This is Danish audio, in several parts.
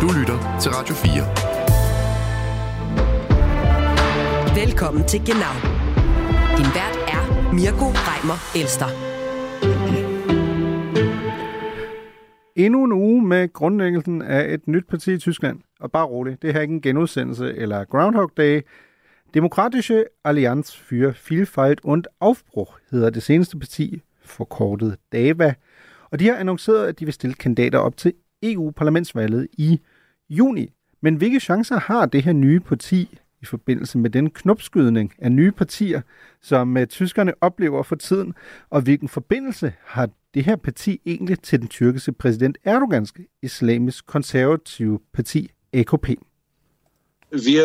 Du lytter til Radio 4. Velkommen til Genau. Din vært er Mirko Reimer Elster. Endnu en uge med grundlæggelsen af et nyt parti i Tyskland. Og bare roligt, det her er ikke en genudsendelse eller Groundhog Day. Demokratische Allianz für Vielfalt und Aufbruch hedder det seneste parti, forkortet DAVA. Og de har annonceret, at de vil stille kandidater op til EU-parlamentsvalget i juni. Men hvilke chancer har det her nye parti i forbindelse med den knopskydning af nye partier, som tyskerne oplever for tiden? Og hvilken forbindelse har det her parti egentlig til den tyrkiske præsident Erdogans islamisk konservative parti AKP? Wir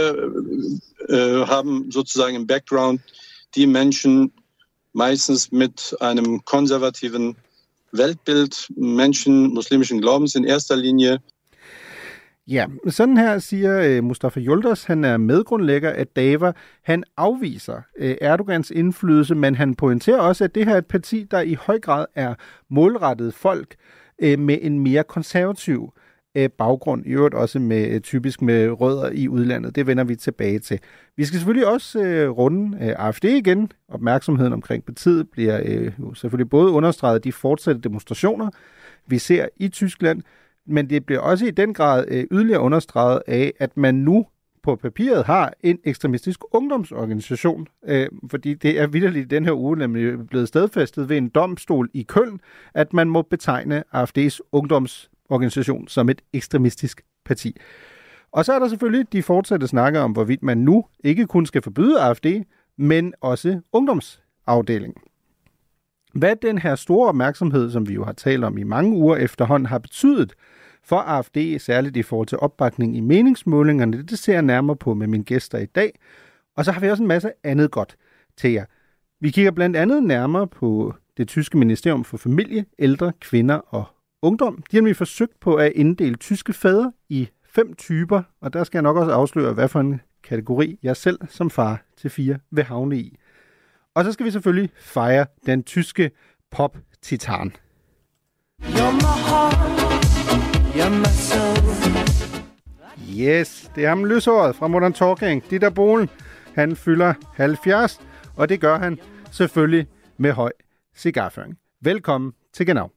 haben sozusagen im Background die Menschen meistens mit einem konservativen Weltbild, Menschen muslimischen Glaubens in erster Linie. Ja, sådan her siger Mustafa Yildiz, han er medgrundlægger af DAVA. Han afviser Erdogans indflydelse, men han pointerer også, at det her er et parti, der i høj grad er målrettet folk med en mere konservativ baggrund, i øvrigt også typisk med rødder i udlandet. Det vender vi tilbage til. Vi skal selvfølgelig også runde AfD igen. Opmærksomheden omkring partiet bliver selvfølgelig både understreget af de fortsatte demonstrationer, vi ser i Tyskland, men det bliver også i den grad yderligere understreget af, at man nu på papiret har en ekstremistisk ungdomsorganisation, fordi det er vitterligt den her uge nemlig blevet stadfæstet ved en domstol i Köln, at man må betegne AfD's ungdomsorganisation som et ekstremistisk parti. Og så er der selvfølgelig de fortsatte snakker om, hvorvidt man nu ikke kun skal forbyde AfD, men også ungdomsafdelingen. Hvad den her store opmærksomhed, som vi jo har talt om i mange uger efterhånden, har betydet for AfD, særligt i forhold til opbakning i meningsmålingerne, det ser jeg nærmere på med mine gæster i dag. Og så har vi også en masse andet godt til jer. Vi kigger blandt andet nærmere på det tyske ministerium for familie, ældre, kvinder og ungdom. De har nemlig forsøgt på at inddele tyske fædre i 5 typer, og der skal jeg nok også afsløre, hvad for en kategori jeg selv som far til 4 vil havne i. Og så skal vi selvfølgelig fejre den tyske pop-titan. Yes, det er ham lyshåret fra Modern Talking, Dieter Bohlen. Han fylder 70, og det gør han selvfølgelig med høj cigarføring. Velkommen til Genau.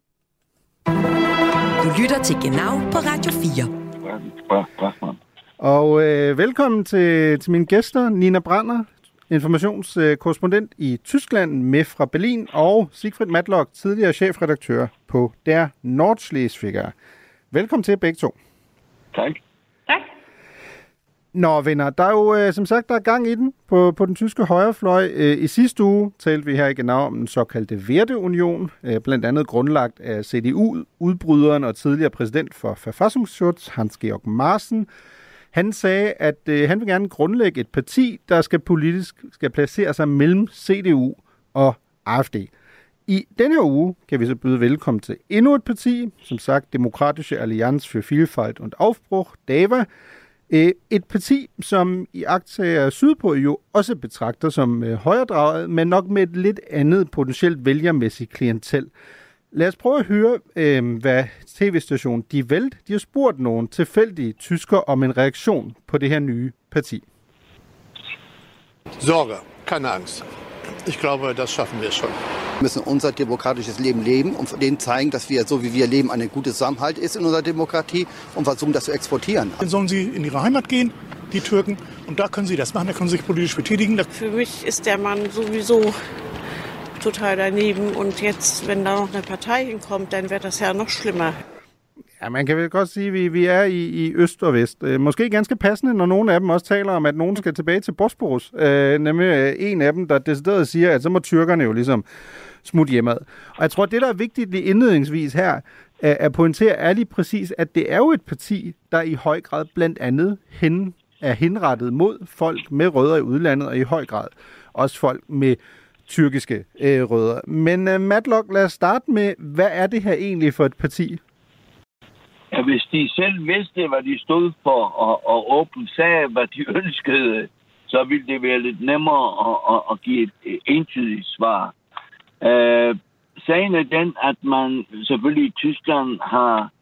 Du lytter til Genau på Radio 4. Og velkommen til mine gæster, Nina Brander, informationskorrespondent i Tyskland med fra Berlin, og Siegfried Matlock, tidligere chefredaktør på Der Nordschleswiger. Velkommen til begge to. Tak. Tak. Nå venner, der er jo som sagt der er gang i den på den tyske højrefløj. I sidste uge talte vi her i Genau om den såkaldte Werteunion, blandt andet grundlagt af CDU-udbryderen og tidligere præsident for Verfassungsschutz, Hans-Georg Maaßen. Han sagde, at han vil gerne grundlægge et parti, der politisk skal placere sig mellem CDU og AfD. I denne her uge kan vi så byde velkommen til endnu et parti, som sagt Demokratische Allianz für Vielfalt und Aufbruch, DAVA. Et parti, som i agtager sydpå jo også betragter som højredrejet, men nok med et lidt andet potentielt vælgermæssigt klientel. Lad os prøve at høre, hvad tv-stationen Die Welt, de har spurgt nogle tilfældige tyskere om en reaktion på det her nye parti. Sorge, keine Angst. Ich glaube, das schaffen wir schon. Wir müssen unser demokratisches Leben leben und denen zeigen, dass wir, so wie wir leben, ein guter Zusammenhalt ist in unserer Demokratie und versuchen, das zu exportieren. Dann sollen sie in ihre Heimat gehen, die Türken, und da können sie das machen, da können sie sich politisch betätigen. Für mich ist der Mann sowieso total daneben und jetzt, wenn da noch eine Partei hinkommt, dann wird das ja noch schlimmer. Ja, man kan vel godt sige, at vi er i øst og vest. Måske ganske passende, når nogle af dem også taler om, at nogen skal tilbage til Bosporus. Nemlig en af dem, der decideret siger, at så må tyrkerne jo ligesom smutte hjemad. Og jeg tror, at det, der er vigtigt lige indledningsvis her, at pointere, er lige præcis, at det er jo et parti, der i høj grad blandt andet er henrettet mod folk med rødder i udlandet, og i høj grad også folk med tyrkiske rødder. Men Matlock, lad os starte med, hvad er det her egentlig for et parti? Ja, hvis de selv vidste, hvad de stod for, og åbent sagde, hvad de ønskede, så ville det være lidt nemmere at give et entydigt svar. Sagen er den, at man selvfølgelig i Tyskland har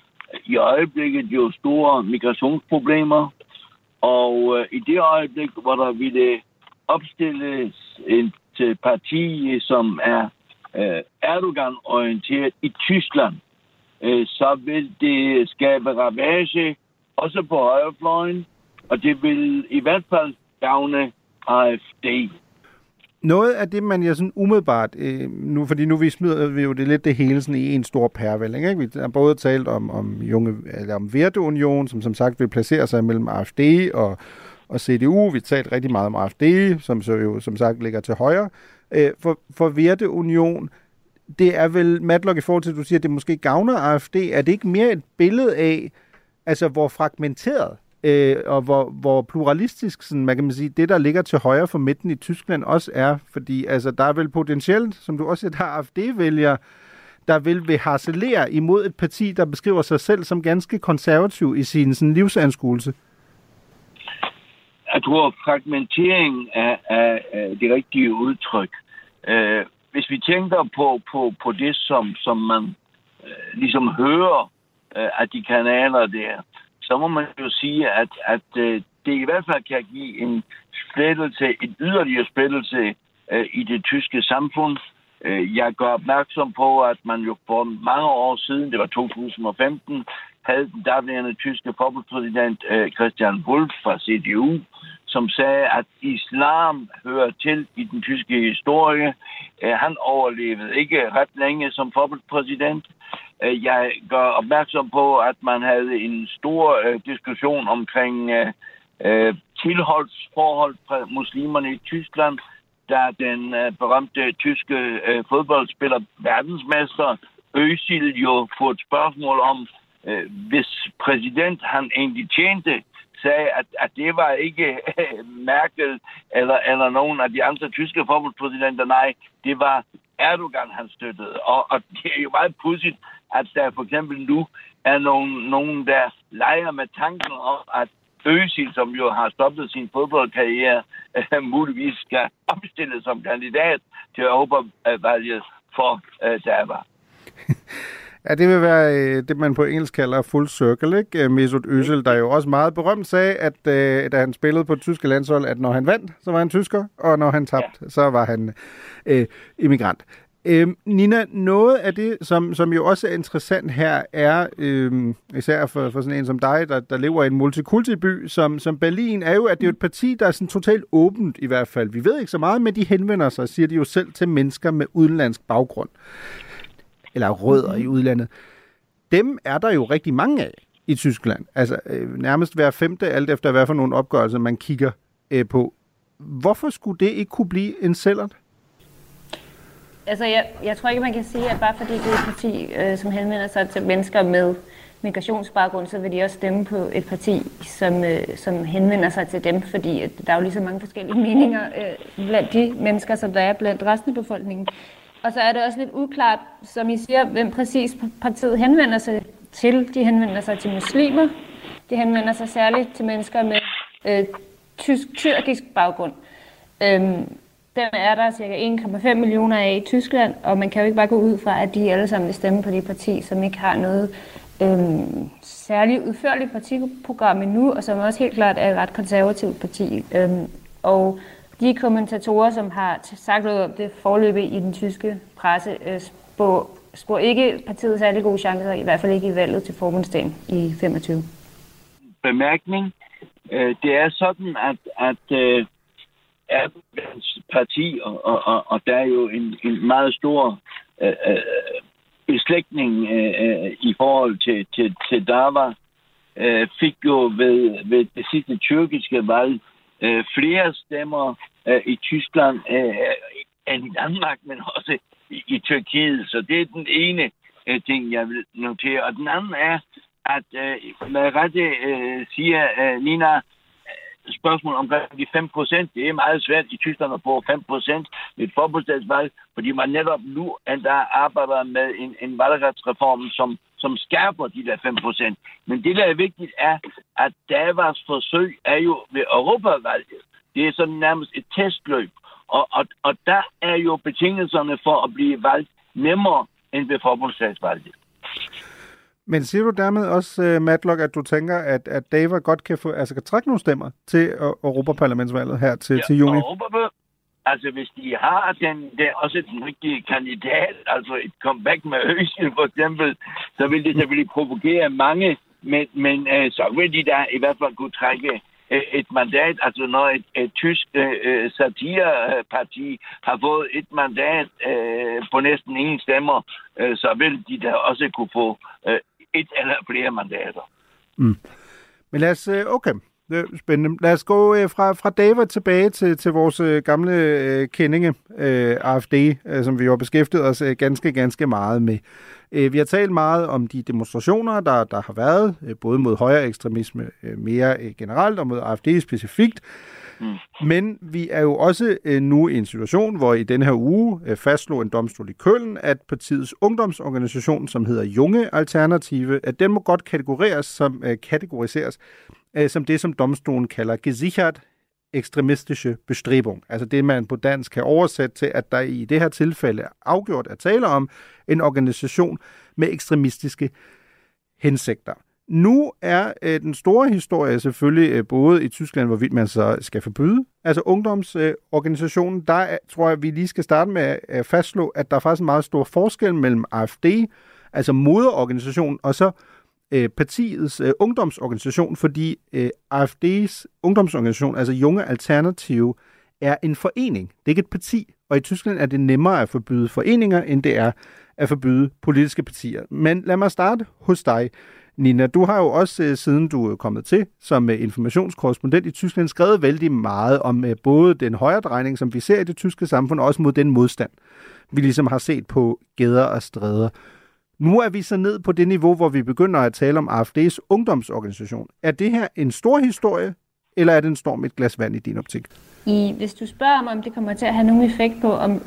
i øjeblikket jo store migrationsproblemer, og i det øjeblik, hvor der ville opstilles et parti, som er Erdogan-orienteret i Tyskland, så vil det skabe ravage, også på højrefløjen, og det vil i hvert fald gavne AfD. Noget af det, man sådan umiddelbart, nu vi smider vi jo det lidt det hele sådan i en stor pærevælling, ikke? Vi har både talt om Werteunion, som sagt vil placere sig mellem AfD og CDU. Vi har talt rigtig meget om AfD, som så jo som sagt ligger til højre. For Werteunion, det er vel, Matlock, i forhold til, at du siger, at det måske gavner AfD, er det ikke mere et billede af, altså hvor fragmenteret og hvor pluralistisk, sådan, man kan sige, det, der ligger til højre for midten i Tyskland også er, fordi altså, der er vel potentielt, som du også siger, der er AfD-vælgere, der vil harcelere imod et parti, der beskriver sig selv som ganske konservativ i sin sådan, livsanskuelse. Jeg tror, fragmentering er det rigtige udtryk. Hvis vi tænker på det, som man ligesom hører af de kanaler der, så må man jo sige, at det i hvert fald kan give en yderligere splittelse i det tyske samfund. Jeg gør opmærksom på, at man jo for mange år siden, det var 2015, havde den daværende tyske forbundspræsident Christian Wulff fra CDU, som sagde, at islam hører til i den tyske historie. Han overlevede ikke ret længe som forbundspræsident. Jeg gør opmærksom på, at man havde en stor diskussion omkring tilholdsforhold fra muslimerne i Tyskland, da den berømte tyske fodboldspiller, verdensmester Özil, jo får et spørgsmål om, hvis præsident han egentlig tjente, sagde, at det var ikke Merkel eller nogen af de andre tyske forbundspræsidenter. Nej, det var Erdogan, han støttede. Og det er jo meget pudsigt, at der for eksempel nu er nogen der leger med tanken om, at Özil, som jo har stoppet sin fodboldkarriere, muligvis skal opstilles som kandidat til Europavalget for Dava. Ja, det vil være det, man på engelsk kalder full circle, ikke? Mesut Özil, der jo også meget berømt sagde, at da han spillede på det tyske landshold, at når han vandt, så var han tysker, og når han tabte, så var han immigrant. Nina, noget af det, som jo også er interessant her, er især for sådan en som dig, der lever i en multikulti-by som Berlin, er jo, at det er et parti, der er sådan totalt åbent i hvert fald. Vi ved ikke så meget, men de henvender sig, siger de jo selv, til mennesker med udenlandsk baggrund. Eller rødder i udlandet. Dem er der jo rigtig mange af i Tyskland. Altså nærmest hver femte, alt efter hvad for nogle opgørelser, man kigger på. Hvorfor skulle det ikke kunne blive en sællert? Altså, jeg tror ikke, man kan sige, at bare fordi det er et parti, som henvender sig til mennesker med migrationsbaggrund, så vil de også stemme på et parti, som henvender sig til dem, fordi der er jo lige så mange forskellige meninger blandt de mennesker, som der er blandt resten af befolkningen. Og så er det også lidt uklart, som I siger, hvem præcis partiet henvender sig til. De henvender sig til muslimer. De henvender sig særligt til mennesker med tyrkisk baggrund. Dem er der ca. 1,5 millioner af i Tyskland, og man kan jo ikke bare gå ud fra, at de alle sammen vil stemme på det parti, som ikke har noget særligt udførligt partiprogram endnu, og som også helt klart er et ret konservativt parti. Og de kommentatorer, som har sagt noget om det forløbet i den tyske presse, spår ikke partiet særlig gode chancer, i hvert fald ikke i valget til forbundsdagen i 25. Bemærkning. Det er sådan, at Erdogans parti, og der er jo en meget stor beslægtning i forhold til Dava, fik jo ved det sidste tyrkiske valg flere stemmer i Tyskland end i Danmark, men også i Tyrkiet. Så det er den ene ting, jeg vil notere. Og den anden er, at med rette siger Nina, spørgsmål omkring de 5%, det er meget svært i Tyskland at få 5% ved et forbundsdagsvalg, fordi man netop nu endda arbejder med en valgretsreform, som skærper de der 5%. Men det, der er vigtigt, er, at Davas forsøg er jo ved Europavalget. Det er sådan nærmest et testløb. Og der er jo betingelserne for at blive valgt nemmere end ved forbundsdagsvalget. Men siger du dermed også, Matlock, at du tænker, at Dava godt kan trække nogle stemmer til Europaparlamentsvalget her til juni? Altså, hvis de har også den rigtige kandidat, altså et comeback med Østrig for eksempel, så vil det selvfølgelig provokere mange, men så vil de da i hvert fald kunne trække et mandat. Altså, når et tysk satireparti har fået et mandat på næsten ingen stemmer, så vil de da også kunne få et eller flere mandater. Men lad os... Okay. Det er spændende. Lad os gå fra Dava tilbage til vores gamle kendinge, AfD, som vi jo har beskæftiget os ganske meget med. Vi har talt meget om de demonstrationer, der har været, både mod højre ekstremisme mere generelt og mod AfD specifikt. Men vi er jo også nu i en situation, hvor i denne her uge fastslog en domstol i Köln, at partiets ungdomsorganisation, som hedder Junge Alternative, at den må godt kategoriseres som det, som domstolen kalder gesichert ekstremistische Bestrebung. Altså det, man på dansk kan oversætte til, at der i det her tilfælde afgjort er tale om en organisation med ekstremistiske hensigter. Nu er den store historie selvfølgelig både i Tyskland, hvorvidt man så skal forbyde, altså ungdomsorganisationen. Der tror jeg, vi lige skal starte med at fastslå, at der er faktisk en meget stor forskel mellem AfD, altså moderorganisationen, og så partiets ungdomsorganisation, fordi AfD's ungdomsorganisation, altså Junge Alternative, er en forening. Det er ikke et parti, og i Tyskland er det nemmere at forbyde foreninger, end det er at forbyde politiske partier. Men lad mig starte hos dig, Nina. Du har jo også, siden du er kommet til som informationskorrespondent i Tyskland, skrevet vældig meget om både den højredrejning, som vi ser i det tyske samfund, og også mod den modstand, vi ligesom har set på gader og stræder. Nu er vi så ned på det niveau, hvor vi begynder at tale om AfD's ungdomsorganisation. Er det her en stor historie, eller er det en storm med et glas vand i din optik? Hvis du spørger mig, om det kommer til at have nogen effekt på, om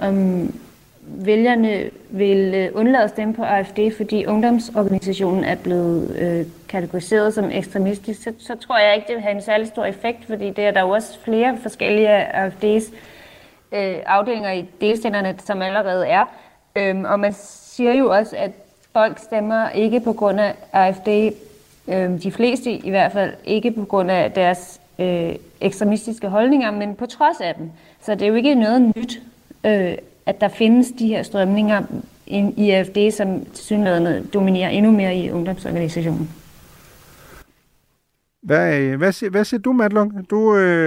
vælgerne vil undlade at stemme på AfD, fordi ungdomsorganisationen er blevet kategoriseret som ekstremistisk, så tror jeg ikke, det vil have en særlig stor effekt, fordi det er der jo også flere forskellige af AfD's afdelinger i delstaterne, som allerede er. Og man siger jo også, at folk stemmer ikke på grund af AfD, de fleste i hvert fald ikke på grund af deres ekstremistiske holdninger, men på trods af dem. Så det er jo ikke noget nyt, at der findes de her strømninger i AfD, som tilsyneladende dominerer endnu mere i ungdomsorganisationen. Hvad siger du, Matlock? Du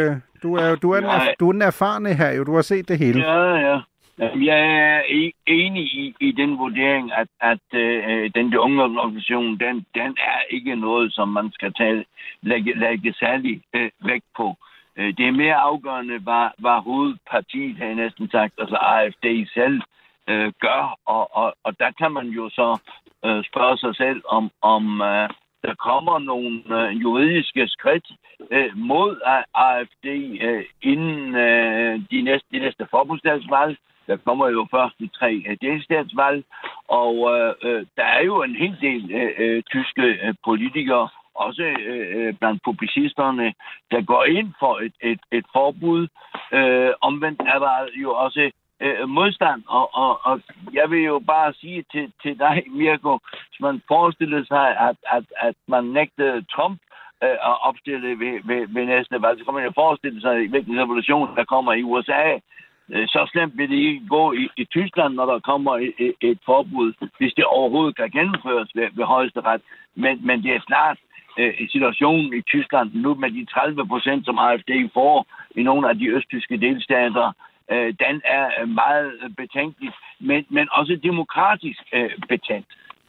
er den erfarne her, jo. Du har set det hele. Ja. Jeg er enig i den vurdering, at den der ungdomsorganisation, den er ikke noget, som man skal lægge særlig vægt på. Det er mere afgørende, hvad hovedpartiet, har jeg næsten sagt, altså AfD selv, gør. Og der kan man jo så spørge sig selv, om der kommer nogle juridiske skridt mod AfD inden de næste forbundsdagsvalg. Der kommer jo først de 3 delstatsvalg, og der er jo en hel del tyske politikere, også blandt publicisterne, der går ind for et forbud. Omvendt er der jo også modstand, og jeg vil jo bare sige til dig, Mirko, hvis man forestiller sig, at man nægtede Trump at opstille ved næste valg, så kan man jo forestille sig, hvilken revolution der kommer i USA. Så slemt vil det ikke gå i Tyskland, når der kommer et forbud, hvis det overhovedet kan gennemføres ved højesteret. Men det er snart situationen i Tyskland nu med de 30%, som AfD får i nogle af de østtyske delstater. Den er meget betænkelig, men også demokratisk betændt.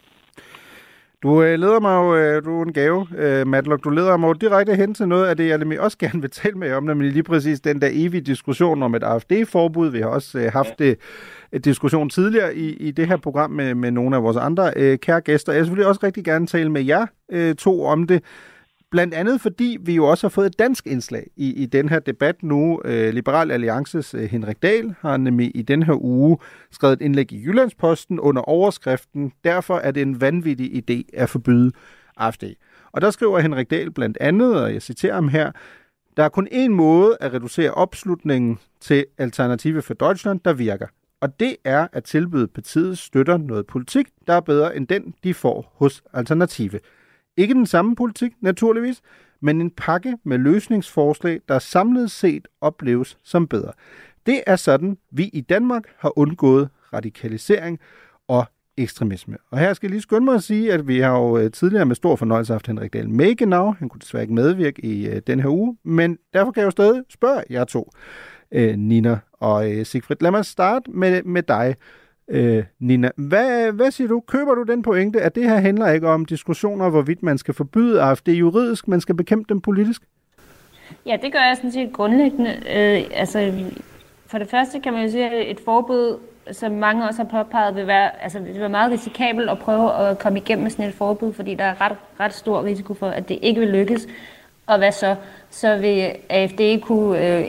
Du leder mig jo, du er en gave, Matlock, du leder mig jo direkte hen til noget af det, jeg nemlig også gerne vil tale med om, nemlig lige præcis den der evige diskussion om et AfD-forbud. Vi har også haft et diskussion tidligere i det her program med nogle af vores andre kære gæster. Jeg vil selvfølgelig også rigtig gerne tale med jer to om det. Blandt andet fordi vi jo også har fået et dansk indslag i den her debat nu. Liberal Alliances Henrik Dahl har nemlig i den her uge skrevet et indlæg i Jyllandsposten under overskriften: "Derfor er det en vanvittig idé at forbyde AfD." Og der skriver Henrik Dahl blandt andet, og jeg citerer ham her: "Der er kun én måde at reducere opslutningen til Alternative for Deutschland, der virker. Og det er at tilbyde partiet støtter noget politik, der er bedre end den, de får hos Alternative. Ikke den samme politik, naturligvis, men en pakke med løsningsforslag, der samlet set opleves som bedre. Det er sådan, vi i Danmark har undgået radikalisering og ekstremisme. Og her skal jeg lige skynde mig at sige, at vi har jo tidligere med stor fornøjelse haft Henrik Dahl med i Genau. Han kunne desværre ikke medvirke i den her uge, men derfor kan jeg jo stadig spørge jer to, Nina og Sigfrid. Lad mig starte med dig, Nina. Hvad siger du? Køber du den pointe, at det her handler ikke om diskussioner, hvorvidt man skal forbyde AfD juridisk, man skal bekæmpe dem politisk? Ja, det gør jeg sådan set grundlæggende. For det første kan man jo sige, at et forbud, som mange også har påpeget, vil være meget risikabelt at prøve at komme igennem med sådan et forbud, fordi der er ret stor risiko for, at det ikke vil lykkes. Og hvad så? Så vil AfD kunne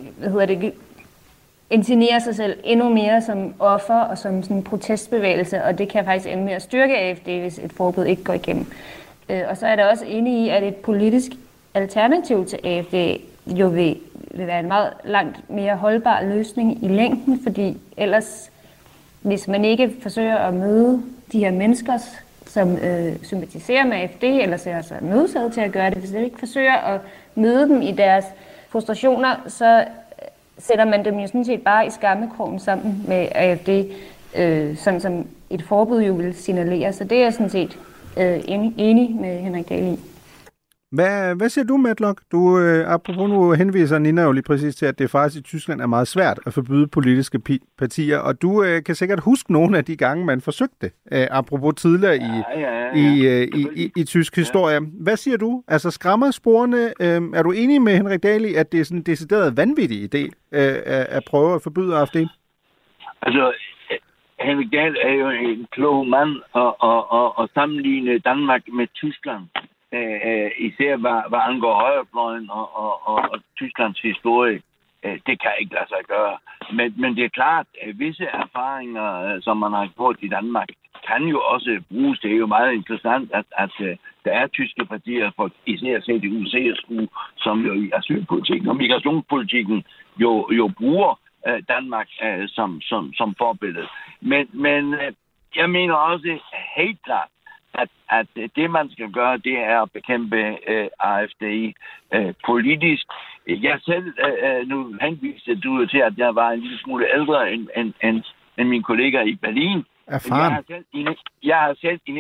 intinere sig selv endnu mere som offer og som sådan en protestbevægelse, og det kan faktisk ende med at styrke AfD, hvis et forbud ikke går igennem. Og så er der også enig i, at et politisk alternativ til AfD jo vil være en meget langt mere holdbar løsning i længden, fordi ellers, hvis man ikke forsøger at møde de her mennesker, som sympatiserer med AfD, eller ser sig nødsaget til at gøre det, hvis man ikke forsøger at møde dem i deres frustrationer, så sætter man dem jo sådan set bare i skammekrogen sammen med AfD, sådan som et forbud jo vil signalere. Så det er jeg sådan set enig med Henrik Dahl i. Hvad siger du, Matlock? Du, apropos nu henviser Nina jo lige præcis til, at det faktisk i Tyskland er meget svært at forbyde politiske partier, og du kan sikkert huske nogle af de gange, man forsøgte det, apropos tidligere i tysk historie. Hvad siger du? Altså skræmmer sporene? Er du enig med Henrik Dahl i, at det er sådan en decideret vanvittig idé at prøve at forbyde AfD? Altså, Henrik Dahl er jo en klog mand og sammenligne Danmark med Tyskland. Især hvad angår højrefløjen og Tysklands historie, det kan ikke lade sig gøre. Men det er klart, at visse erfaringer, som man har gjort i Danmark, kan jo også bruges. Det er jo meget interessant, at der er tyske partier, for især CDU-CSU, som jo i asylpolitikken og migrationspolitikken jo bruger Danmark som forbillede. Men jeg mener også helt klart, at det, man skal gøre, det er at bekæmpe AfD politisk. Jeg selv, nu henviste du til, at jeg var en lille smule ældre end mine kollegaer i Berlin. Jeg har selv i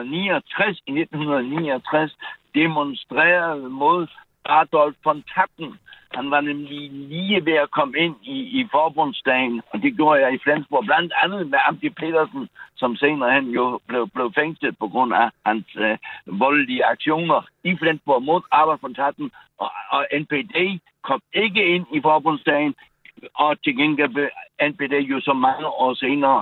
1969 demonstreret mod Adolf von Kappen. Han var nemlig lige ved at komme ind i forbundsdagen, og det gjorde jeg i Flensborg, blandt andet med Amty Petersen, som senere han jo blev fængslet på grund af hans voldelige aktioner i Flensborg mod Adolf von Kappen, og NPD kom ikke ind i forbundsdagen, og til gengæld blev NPD jo så mange år senere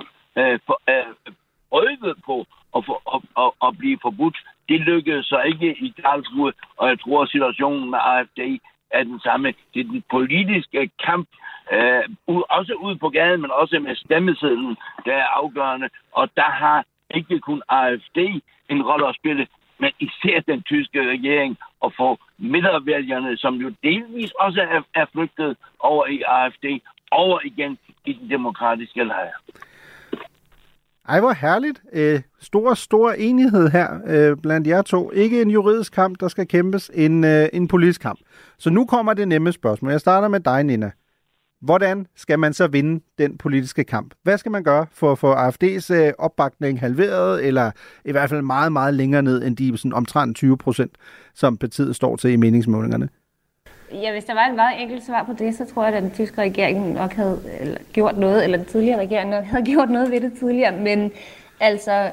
prøvet på at blive forbudt. Det lykkedes så ikke i Karlsruhe, og jeg tror, at situationen med AfD er den samme. Det er den politiske kamp, også ude på gaden, men også med stemmesedlen, der er afgørende. Og der har ikke kun AfD en rolle at spille, men især den tyske regering at få midtervælgerne, som jo delvis også er flygtet over i AfD, over igen i den demokratiske lejr. Ej, hvor herligt. Stor enighed her blandt jer to. Ikke en juridisk kamp, der skal kæmpes, en politisk kamp. Så nu kommer det nemme spørgsmål. Jeg starter med dig, Nina. Hvordan skal man så vinde den politiske kamp? Hvad skal man gøre for at få AfD's opbakning halveret, eller i hvert fald meget, meget længere ned end de sådan omtrent 20%, som partiet står til i meningsmålingerne? Ja, hvis der var et meget enkelt svar på det, så tror jeg, at den tyske regering nok havde gjort noget, eller den tidligere regering nok havde gjort noget ved det tidligere. Men altså,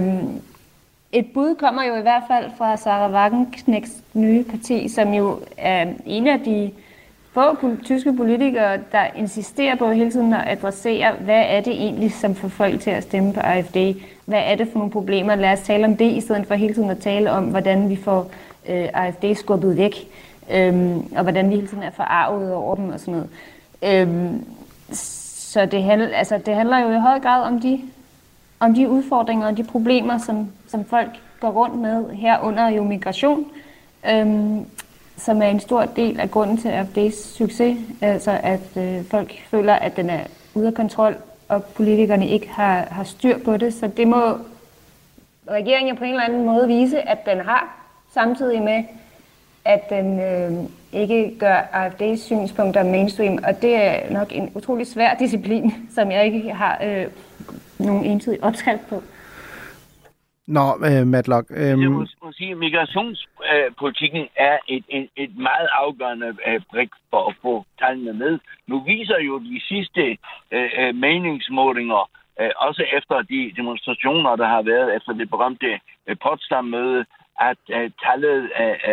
et bud kommer jo i hvert fald fra Sarah Wagenknechts nye parti, som jo er en af de få tyske politikere, der insisterer på hele tiden at adressere, hvad er det egentlig, som får folk til at stemme på AfD? Hvad er det for nogle problemer? Lad os tale om det, i stedet for hele tiden at tale om, hvordan vi får AfD skubbet væk. Og hvordan vi hele tiden er forarvet over dem og sådan noget. Så det handler jo i høj grad om de udfordringer og de problemer, som folk går rundt med herunder jo migration, som er en stor del af grunden til AfD's succes. Altså at folk føler, at den er ude af kontrol, og politikerne ikke har styr på det. Så det må regeringen på en eller anden måde vise, at den har, samtidig med, at den ikke gør AfD's synspunkter mainstream. Og det er nok en utrolig svær disciplin, som jeg ikke har nogen entydig opskrift på. Nå, Matlock. Jeg må sige, at migrationspolitikken er et meget afgørende brik for at få tallene med. Nu viser jo de sidste meningsmålinger, også efter de demonstrationer, der har været efter det berømte Potsdam-møde, at tallet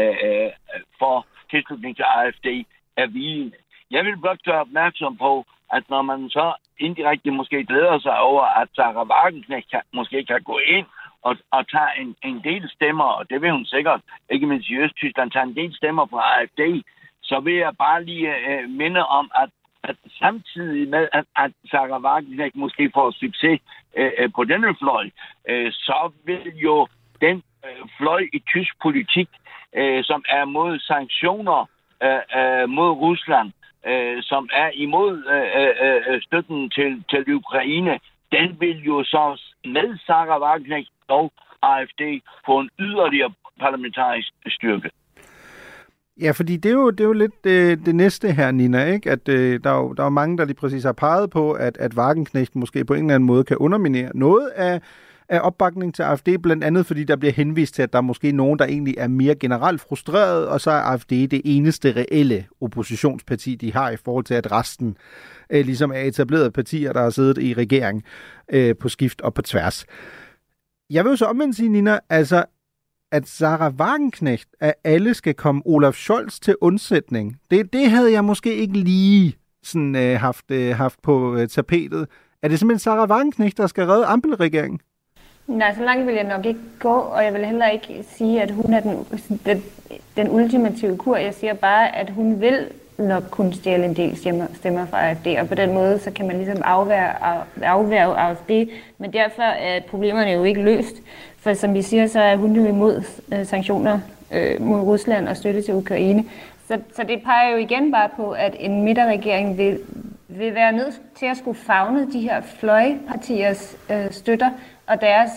for tilslutning til AfD er vigende. Jeg vil blot gøre opmærksom på, at når man så indirekte måske glæder sig over, at Sarah Wagenknecht måske kan gå ind og tage en del stemmer, og det vil hun sikkert, ikke mindst i Østtyskland, tage en del stemmer fra AfD, så vil jeg bare lige minde om, at samtidig med, at Sarah Wagenknecht måske får succes på denne fløj, så vil jo den fløj i tysk politik, som er mod sanktioner mod Rusland, som er imod støtten til Ukraine, den vil jo så med Sarah Wagenknecht og AfD få en yderligere parlamentarisk styrke. Ja, fordi det er jo lidt det næste her, Nina, ikke? At der er mange, der lige præcis har peget på, at Wagenknecht måske på en eller anden måde kan underminere noget af opbakning til AfD, blandt andet fordi der bliver henvist til, at der er måske nogen, der egentlig er mere generelt frustreret, og så er AfD det eneste reelle oppositionsparti, de har i forhold til, at resten ligesom er etablerede partier, der har siddet i regering på skift og på tværs. Jeg vil jo så omvendt sige, Nina, altså, at Sarah Wagenknecht, at alle skal komme Olaf Scholz til undsætning, det havde jeg måske ikke lige sådan, haft på tapetet. Er det simpelthen Sarah Wagenknecht, der skal redde Ampel-regeringen? Nej, så langt vil jeg nok ikke gå, og jeg vil heller ikke sige, at hun er den ultimative kur. Jeg siger bare, at hun vil nok kunne stjæle en del stemmer fra AfD, og på den måde, så kan man ligesom afværge AfD, men derfor er problemerne jo ikke løst, for som vi siger, så er hun jo imod sanktioner mod Rusland og støtte til Ukraine. Så det peger jo igen bare på, at en midterregering vil være nødt til at skulle favne de her fløjpartiers støtter, og deres,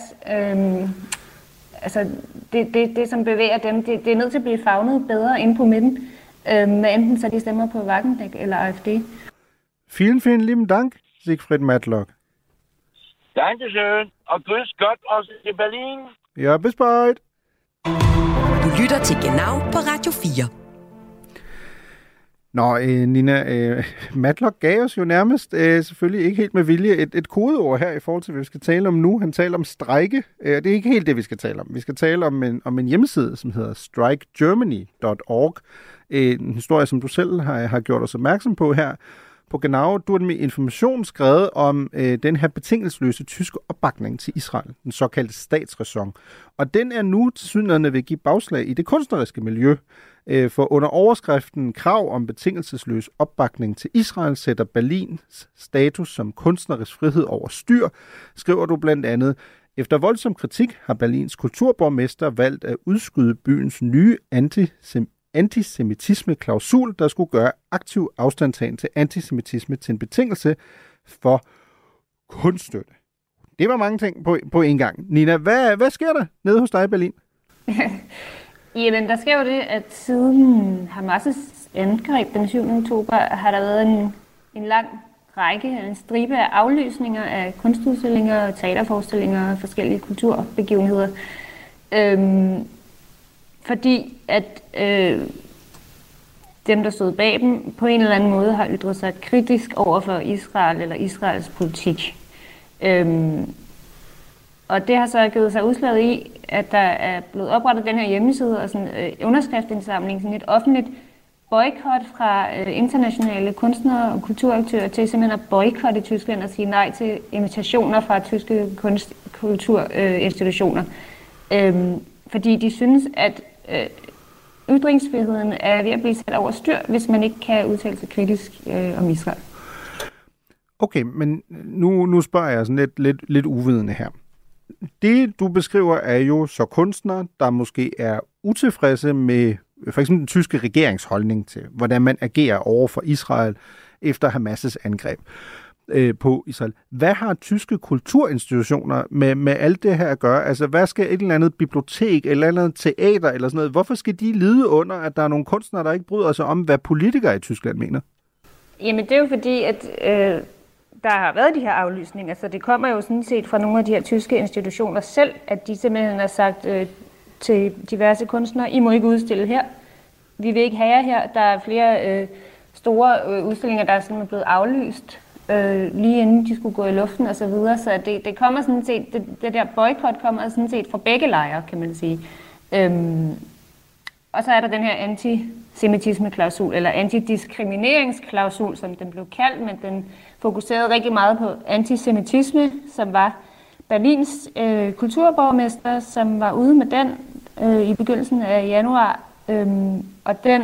altså det som bevæger dem, det er nødt til at blive favnet bedre inde på midten, med enten så de stemmer på Wagenknecht eller AfD. Vielen lieben Dank, Siegfried Matlock. Dankeschön, og grüß Gott også til Berlin. Ja, bis bald. Du lytter til Genau på Radio 4. Nå, Nina, Matlock gav os jo nærmest, selvfølgelig ikke helt med vilje, et kodeord her i forhold til, hvad vi skal tale om nu. Han taler om strejke. Det er ikke helt det, vi skal tale om. Vi skal tale om en hjemmeside, som hedder strikegermany.org. En historie, som du selv har gjort os opmærksom på her på Genau. Du har med information skrevet om den her betingelsesløse tyske opbakning til Israel, den såkaldte statsræson. Og den er nu tilsyneladende ved at give bagslag i det kunstneriske miljø. For under overskriften krav om betingelsesløs opbakning til Israel sætter Berlins status som kunstnerisk frihed over styr, skriver du blandt andet. Efter voldsom kritik har Berlins kulturborgmester valgt at udskyde byens nye antisemitisme-klausul, der skulle gøre aktiv afstandtagen til antisemitisme til en betingelse for kunststøtte. Det var mange ting på en gang. Nina, hvad sker der nede hos dig i Berlin? Jamen, der sker jo det, at siden Hamas' angreb den 7. oktober, har der været en lang række, en stribe af aflysninger af kunstudstillinger, teaterforestillinger og forskellige kulturbegivenheder. Fordi at dem, der stod bag dem, på en eller anden måde har ytret sig kritisk over for Israel eller Israels politik. Og det har så givet sig udslaget i, at der er blevet oprettet den her hjemmeside og sådan underskriftindsamling, sådan et offentligt boykot fra internationale kunstnere og kulturaktører til simpelthen at boykotte Tyskland og sige nej til invitationer fra tyske kulturinstitutioner. Fordi de synes, at ytringsfriheden er ved at blive sat over styr, hvis man ikke kan udtale sig kritisk om Israel. Okay, men nu spørger jeg sådan lidt uvidende her. Det, du beskriver, er jo så kunstnere, der måske er utilfredse med for eksempel den tyske regeringsholdning til, hvordan man agerer over for Israel efter Hamas' angreb. på Israel. Hvad har tyske kulturinstitutioner med alt det her at gøre? Altså, hvad skal et eller andet bibliotek, eller et eller andet teater, eller sådan noget, hvorfor skal de lide under, at der er nogle kunstnere, der ikke bryder sig om, hvad politikere i Tyskland mener? Jamen, det er jo fordi, at der har været de her aflysninger, så det kommer jo sådan set fra nogle af de her tyske institutioner selv, at de simpelthen har sagt til diverse kunstnere, I må ikke udstille her. Vi vil ikke have jer her. Der er flere store udstillinger, der er sådan blevet aflyst lige inden de skulle gå i luften og så videre. Så det kommer sådan set, det der boykot kommer sådan set fra begge lejre, kan man sige. Og så er der den her antisemitisme-klausul, eller antidiskrimineringsklausul, som den blev kaldt, men den fokuserede rigtig meget på antisemitisme, som var Berlins kulturborgmester, som var ude med den i begyndelsen af januar. Og den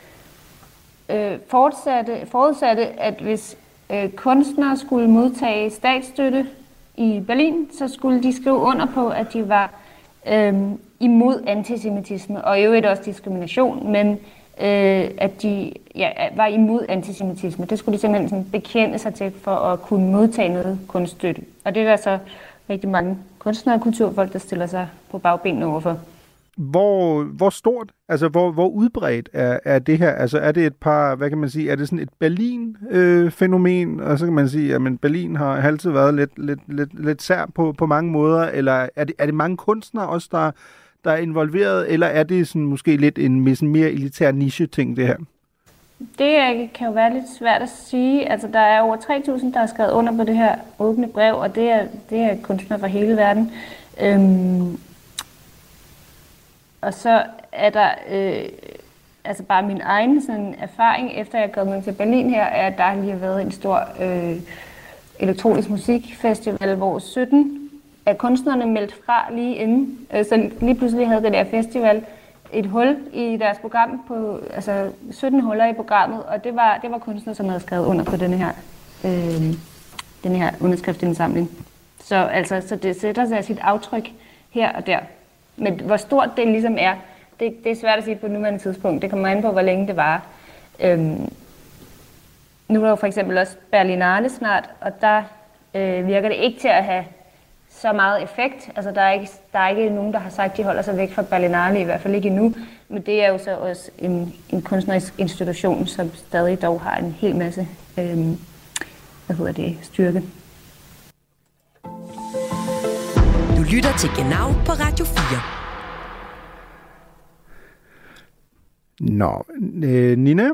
forudsatte, at hvis kunstnere skulle modtage statsstøtte i Berlin, så skulle de skrive under på, at de var imod antisemitisme, og i øvrigt også diskrimination, men at de var imod antisemitisme. Det skulle de simpelthen sådan bekende sig til for at kunne modtage noget kunststøtte. Og det er der så rigtig mange kunstnere og kulturfolk, der stiller sig på bagbenene overfor. Hvor stort, altså hvor udbredt er det her? Altså er det et par, hvad kan man sige, er det sådan et Berlin-fænomen? Og så kan man sige, at Berlin har altid været lidt sær på mange måder, eller er det mange kunstnere også, der er involveret, eller er det sådan måske lidt en mere elitær niche-ting, det her? Det kan jo være lidt svært at sige. Altså, der er over 3.000, der har skrevet under på det her åbne brev, og det er kunstnere fra hele verden. Og så er der altså bare min egen sådan, erfaring, efter jeg er kommet til Berlin her, er, at der lige har været en stor elektronisk musikfestival, hvor 17 af kunstnerne meldt fra lige inden. Så lige pludselig havde det der festival et hul i deres program, på, altså 17 huller i programmet, og det var kunstnere, som havde skrevet under på den her underskriftsindsamling. Så det sætter sig sit aftryk her og der. Men hvor stort det ligesom er, det er svært at sige på nuværende tidspunkt. Det kommer an på, hvor længe det varer. Nu er der jo for eksempel også Berlinale snart, og der virker det ikke til at have så meget effekt. Altså der er ikke nogen, der har sagt, at de holder sig væk fra Berlinale, i hvert fald ikke endnu. Men det er jo så også en kunstnerisk institution, som stadig dog har en hel masse styrke. Du lytter til Genau på Radio 4. Nå, Nina,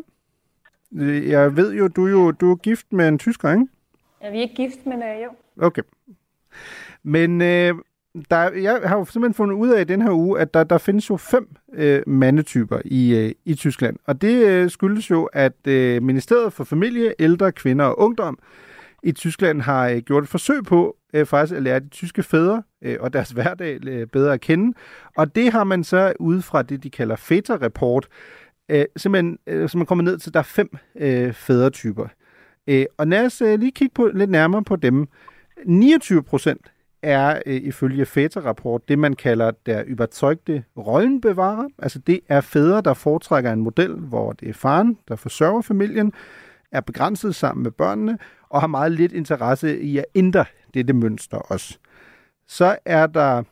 jeg ved jo, du er gift med en tysker, ikke? Ja, vi er ikke gift, men jo. Okay. Men jeg har jo simpelthen fundet ud af i den her uge, at der findes jo 5 mandetyper i Tyskland. Og det skyldes jo, at Ministeriet for Familie, Ældre, Kvinder og Ungdom i Tyskland har gjort et forsøg på faktisk at lære de tyske fædre og deres hverdag bedre at kende. Og det har man så ud fra det, de kalder Väter-rapport, simpelthen, så man kommer ned til, der er 5 fædretyper. Og lad os lige kigge lidt nærmere på dem. 29% er ifølge Väter-rapport det, man kalder der überzeugte Rollenbewarer. Altså det er fædre, der foretrækker en model, hvor det er faren, der forsørger familien, er begrænset sammen med børnene, og har meget lidt interesse i at ændre dette mønster også. Så er der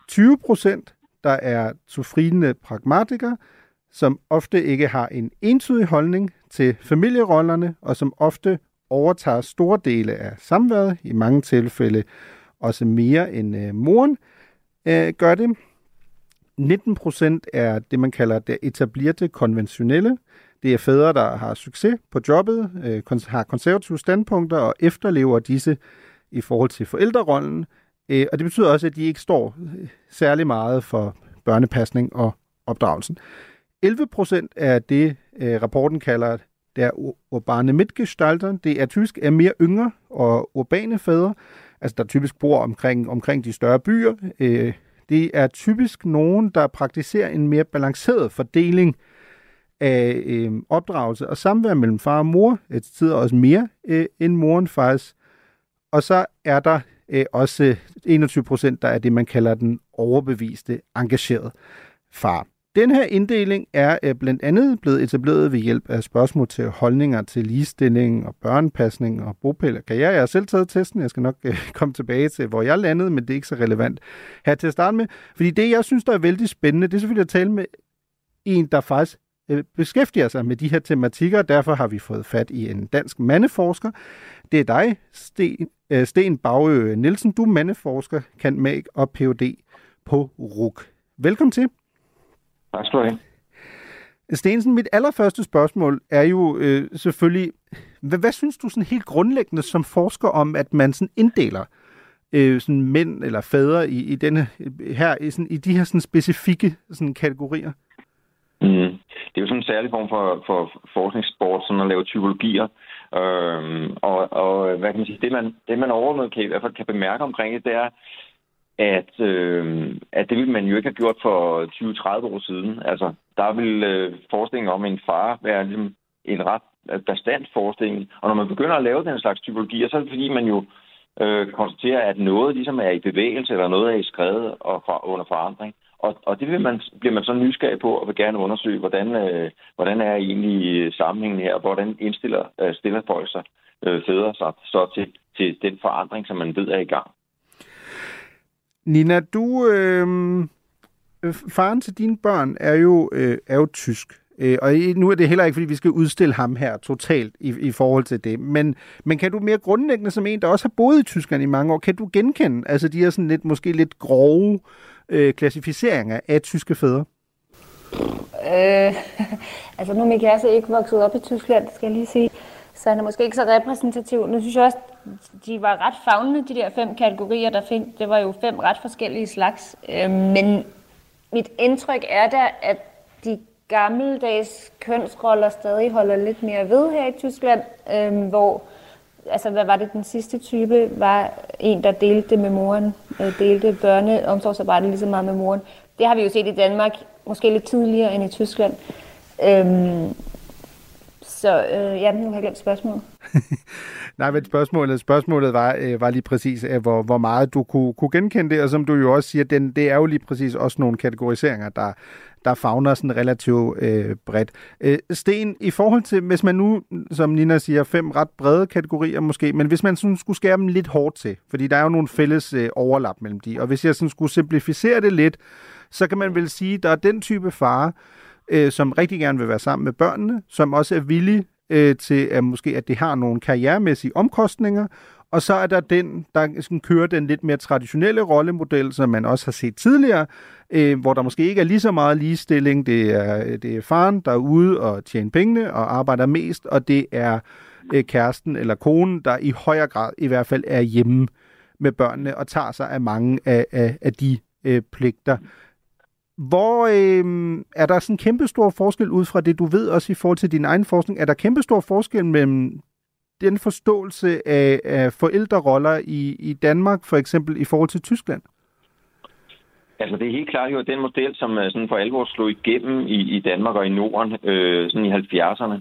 20%, der er zufriedene pragmatikere, som ofte ikke har en entydig holdning til familierollerne, og som ofte overtager store dele af samværet, i mange tilfælde også mere end moren gør det. 19% er det, man kalder det etablerte konventionelle. Det er fædre, der har succes på jobbet, har konservative standpunkter og efterlever disse i forhold til forældrerollen. Og det betyder også, at de ikke står særlig meget for børnepasning og opdragelsen. 11% er det, rapporten kalder der urbane Mitgestalter. Det er typisk er mere yngre og urbane fædre, altså der typisk bor omkring de større byer. Det er typisk nogen, der praktiserer en mere balanceret fordeling af opdragelse og samvær mellem far og mor, til tider også mere end moren faktisk. Og så er der også 21%, der er det, man kalder den overbeviste, engagerede far. Den her inddeling er blandt andet blevet etableret ved hjælp af spørgsmål til holdninger til ligestilling og børnepasning og bopæl og karriere. Jeg har selv taget testen, jeg skal nok komme tilbage til, hvor jeg landede, men det er ikke så relevant her til at starte med. Fordi det, jeg synes, der er vældig spændende, det er selvfølgelig at tale med en, der faktisk beskæftiger sig med de her tematikker. Derfor har vi fået fat i en dansk mandeforsker. Det er dig, Sten Bagø Nielsen. Du er mandeforsker, cand.mag og Ph.D. på RUC. Velkommen til. Tak skal du have. Stensen, mit allerførste spørgsmål er jo selvfølgelig, hvad synes du sådan helt grundlæggende som forsker om, at man sådan inddeler sådan mænd eller fædre i denne her i de her sådan specifikke sådan kategorier? Det er jo sådan en særlig form for forskningssport, sådan at lave typologier. Og hvad kan man sige, det man overordnet i hvert fald kan bemærke omkring det er, at det ville man jo ikke have gjort for 20-30 år siden. Altså, der ville forskningen om en far være ligesom en ret bastant forestilling. Og når man begynder at lave den slags typologier, så er det fordi, man jo konstaterer, at noget ligesom er i bevægelse, eller noget er i skred og under forandring. Og det bliver man så nysgerrig på, og vil gerne undersøge, hvordan er egentlig sammenhængen her, og hvordan stiller folk sig, fædre sig så til den forandring, som man ved er i gang. Nina, faren til dine børn er jo tysk. Og nu er det heller ikke, fordi vi skal udstille ham her totalt i forhold til det. Men kan du mere grundlæggende som en, der også har boet i Tyskland i mange år, kan du genkende altså de her sådan måske lidt grove klassificeringer af tyske fædre? Altså nu er min kæreste ikke vokset op i Tyskland, skal jeg lige sige. Så han er måske ikke så repræsentativ. Nu synes jeg også, de var ret favnende, de der 5 kategorier, der findes. Det var jo 5 ret forskellige slags. Men mit indtryk er da, at de gammeldags kønsroller stadig holder lidt mere ved her i Tyskland, hvor, altså hvad var det, den sidste type var en, der delte med moren, delte børneomsorgsarbejde lige så meget med moren. Det har vi jo set i Danmark, måske lidt tidligere end i Tyskland. Så nu har jeg glemt spørgsmålet. Nej, men spørgsmålet var lige præcis, hvor meget du kunne genkende det, og som du jo også siger, det er jo lige præcis også nogle kategoriseringer, der favner sådan relativt bredt. Sten, i forhold til, hvis man nu, som Nina siger, 5 ret brede kategorier måske, men hvis man sådan skulle skære dem lidt hårdt til, fordi der er jo nogle fælles overlap mellem de, og hvis jeg sådan skulle simplificere det lidt, så kan man vel sige, der er den type far, som rigtig gerne vil være sammen med børnene, som også er villig til at det har nogle karrieremæssige omkostninger, og så er der den, der sådan kører den lidt mere traditionelle rollemodel, som man også har set tidligere, hvor der måske ikke er lige så meget ligestilling. Det er faren, der er ude og tjener pengene og arbejder mest, og det er kæresten eller konen, der i højere grad i hvert fald er hjemme med børnene og tager sig af mange af de pligter. Hvor er der sådan kæmpestor forskel ud fra det, du ved også i forhold til din egen forskning? Er der kæmpestor forskel mellem den forståelse af forældreroller i Danmark, for eksempel i forhold til Tyskland? Altså det er helt klart jo den model, som sådan for alvor slog igennem i Danmark og i Norden sådan i 70'erne,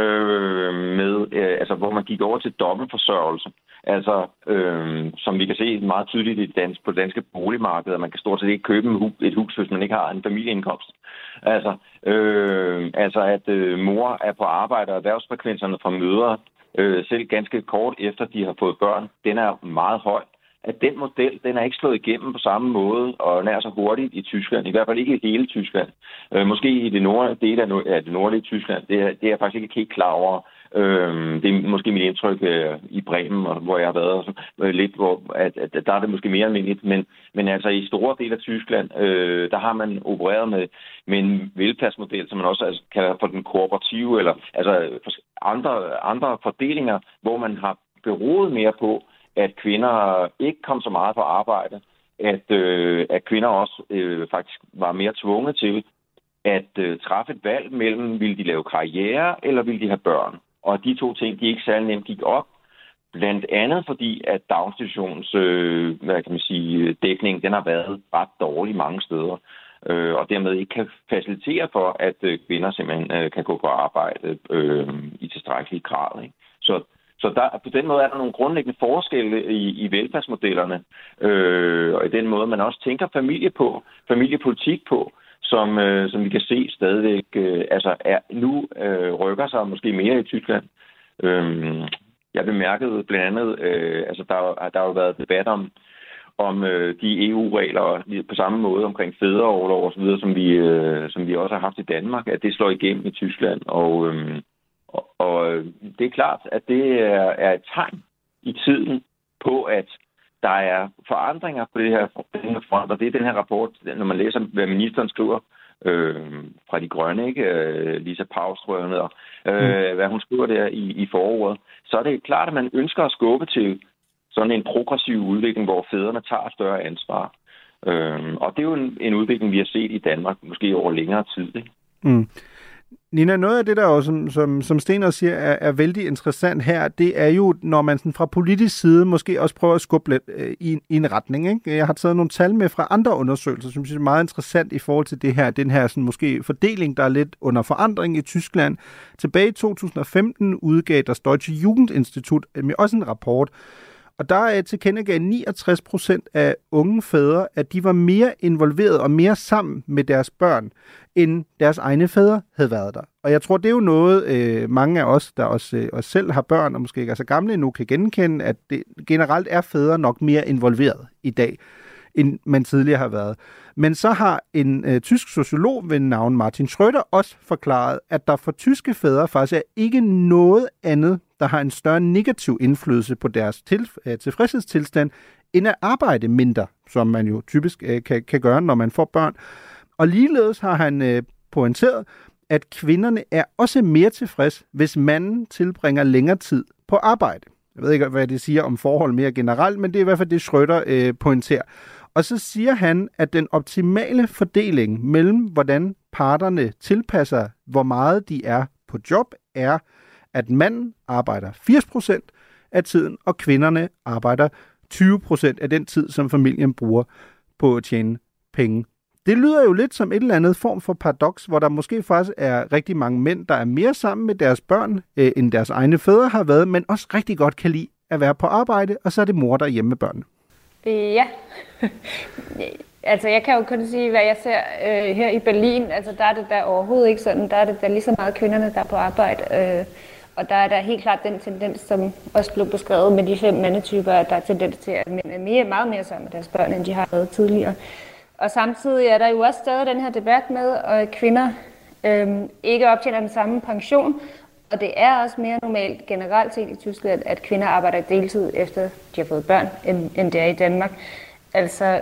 altså hvor man gik over til dobbeltforsørgelse. Altså, som vi kan se meget tydeligt på det danske boligmarked, at man kan stort set ikke købe et hus, hvis man ikke har en familieindkomst. Altså at mor er på arbejde, og erhvervsfrekvenserne fra mødre, selv ganske kort efter de har fået børn, den er meget høj. At den model, den er ikke slået igennem på samme måde, og nær så hurtigt i Tyskland. I hvert fald ikke i hele Tyskland. Måske i det nordlige af det nordlige Tyskland. Det er jeg faktisk ikke helt klar over. Det er måske mit indtryk i Bremen, hvor jeg har været lidt, hvor at der er det måske mere almindeligt. Men altså i store dele af Tyskland, der har man opereret med en velfærdsmodel, som man også kalder for den kooperative, eller altså andre fordelinger, hvor man har beroet mere på, at kvinder ikke kom så meget på arbejde, at kvinder også faktisk var mere tvunget til at træffe et valg mellem, ville de lave karriere, eller ville de have børn. Og de 2 ting, de ikke særlig nemt gik op, blandt andet fordi, at daginstitutions dækning, den har været ret dårlig mange steder, og dermed ikke kan facilitere for, at kvinder simpelthen kan gå på arbejde i tilstrækkelig grad. Ikke? Så på den måde er der nogle grundlæggende forskelle i velfærdsmodellerne, og i den måde, man også tænker familiepolitik på. som vi kan se stadigvæk rykker sig måske mere i Tyskland. Jeg bemærkede blandt andet, der har jo været debat om de EU-regler på samme måde omkring fædreorlov og så videre, som vi også har haft i Danmark, at det slår igennem i Tyskland. Og det er klart, at det er et tegn i tiden på, at der er forandringer på den her front, og det er den her rapport, når man læser, hvad ministeren skriver fra De Grønne, ikke? Lisa Paus, tror jeg, hvad hun skriver der i forordet, så er det klart, at man ønsker at skubbe til sådan en progressiv udvikling, hvor fædrene tager større ansvar. Og det er jo en udvikling, vi har set i Danmark, måske over længere tid. Ikke? Mm. Nina, noget af det, der også, som Sten også siger, er vældig interessant her, det er jo, når man sådan fra politisk side måske også prøver at skubbe lidt i en retning. Ikke? Jeg har taget nogle tal med fra andre undersøgelser, som jeg synes er meget interessant i forhold til det her, den her sådan måske fordeling, der er lidt under forandring i Tyskland. Tilbage i 2015 udgav das Deutsche Jugendinstitut med også en rapport, og der tilkendegav 69% af unge fædre, at de var mere involveret og mere sammen med deres børn, end deres egne fædre havde været der. Og jeg tror, det er jo noget, mange af os, der også selv har børn, og måske ikke er så gamle endnu, kan genkende, at det generelt er fædre nok mere involveret i dag, end man tidligere har været. Men så har en tysk sociolog ved navn Martin Schröder også forklaret, at der for tyske fædre faktisk er ikke noget andet, der har en større negativ indflydelse på deres tilfredshedstilstand, end at arbejde mindre, som man jo typisk kan gøre, når man får børn. Og ligeledes har han pointeret, at kvinderne er også mere tilfreds, hvis manden tilbringer længere tid på arbejde. Jeg ved ikke, hvad det siger om forhold mere generelt, men det er i hvert fald det, Schröder pointerer. Og så siger han, at den optimale fordeling mellem, hvordan parterne tilpasser, hvor meget de er på job, er, at manden arbejder 80% af tiden, og kvinderne arbejder 20% af den tid, som familien bruger på at tjene penge. Det lyder jo lidt som et eller andet form for paradoks, hvor der måske faktisk er rigtig mange mænd, der er mere sammen med deres børn, end deres egne fædre har været, men også rigtig godt kan lide at være på arbejde, og så er det mor, der er hjemme med børnene. Ja, altså jeg kan jo kun sige, hvad jeg ser her i Berlin. Altså der er det der overhovedet ikke sådan. Der er det der lige så meget kvinderne, der er på arbejde. Og der er der helt klart den tendens, som også blev beskrevet med de 5 mandetyper, at der er tendens til, at mænd er meget mere sammen med deres børn, end de har været tidligere. Og samtidig er der jo også stadig den her debat med, at kvinder ikke optjener den samme pension. Og det er også mere normalt generelt set i Tyskland, at kvinder arbejder deltid efter de har fået børn, end det er i Danmark. Altså,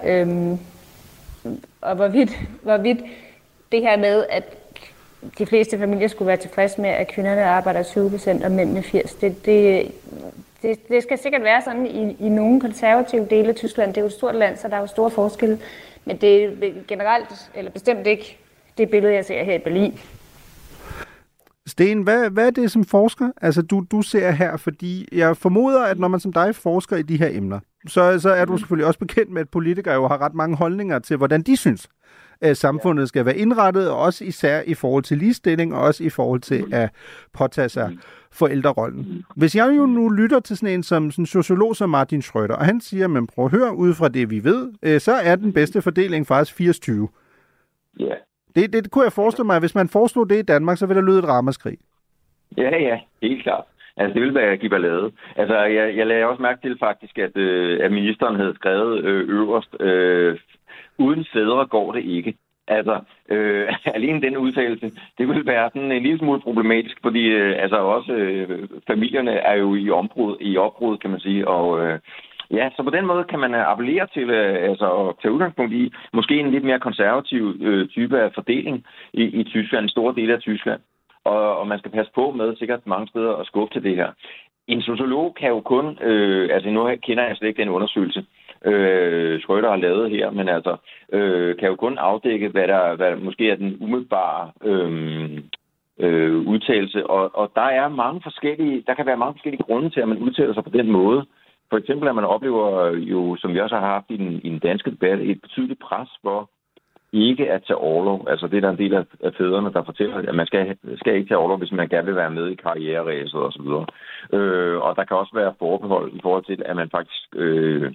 og hvorvidt det her med, at de fleste familier skulle være tilfredse med, at kvinderne arbejder 20% og mændene 80%, det skal sikkert være sådan i nogle konservative dele af Tyskland. Det er jo et stort land, så der er jo store forskelle. Men det er generelt, eller bestemt ikke, det billede, jeg ser her i Berlin. Sten, hvad er det som forsker? Altså du ser her, fordi jeg formoder, at når man som dig forsker i de her emner, så er du selvfølgelig også bekendt med, at politikere jo har ret mange holdninger til, hvordan de synes, at samfundet skal være indrettet, og også især i forhold til ligestilling, og også i forhold til at påtage sig forældrerollen. Hvis jeg jo nu lytter til sådan en som sådan en sociolog som Martin Schröder, og han siger, men prøv at høre, ud fra det vi ved, så er den bedste fordeling faktisk 80-20. Ja. Det kunne jeg forestille mig, at hvis man foreslog det i Danmark, så ville der lyde et ramaskrig. Ja, helt klart. Altså, det ville være at give ballade. Altså, jeg lagde også mærke til faktisk, at ministeren havde skrevet øverst, uden fædre går det ikke. Altså, alene den udtalelse, det ville være sådan en lille smule problematisk, fordi familierne er jo i opbrud, kan man sige, og ja, så på den måde kan man appellere til at tage udgangspunkt i måske en lidt mere konservativ type af fordeling i Tyskland, en stor del af Tyskland. Og man skal passe på med sikkert mange steder at skubbe til det her. En sociolog kan jo kun, nu kender jeg slet ikke den undersøgelse, Schröder har lavet her, men kan jo kun afdække, hvad måske er den umiddelbare udtalelse. Og der kan være mange forskellige grunde til, at man udtaler sig på den måde. For eksempel, at man oplever jo, som vi også har haft i den danske debat, et betydeligt pres for ikke at tage orlov. Altså det er der en del af fædrene, der fortæller, at man skal ikke tage orlov, hvis man gerne vil være med i karriereræset osv. Og der kan også være forbehold i forhold til, at man faktisk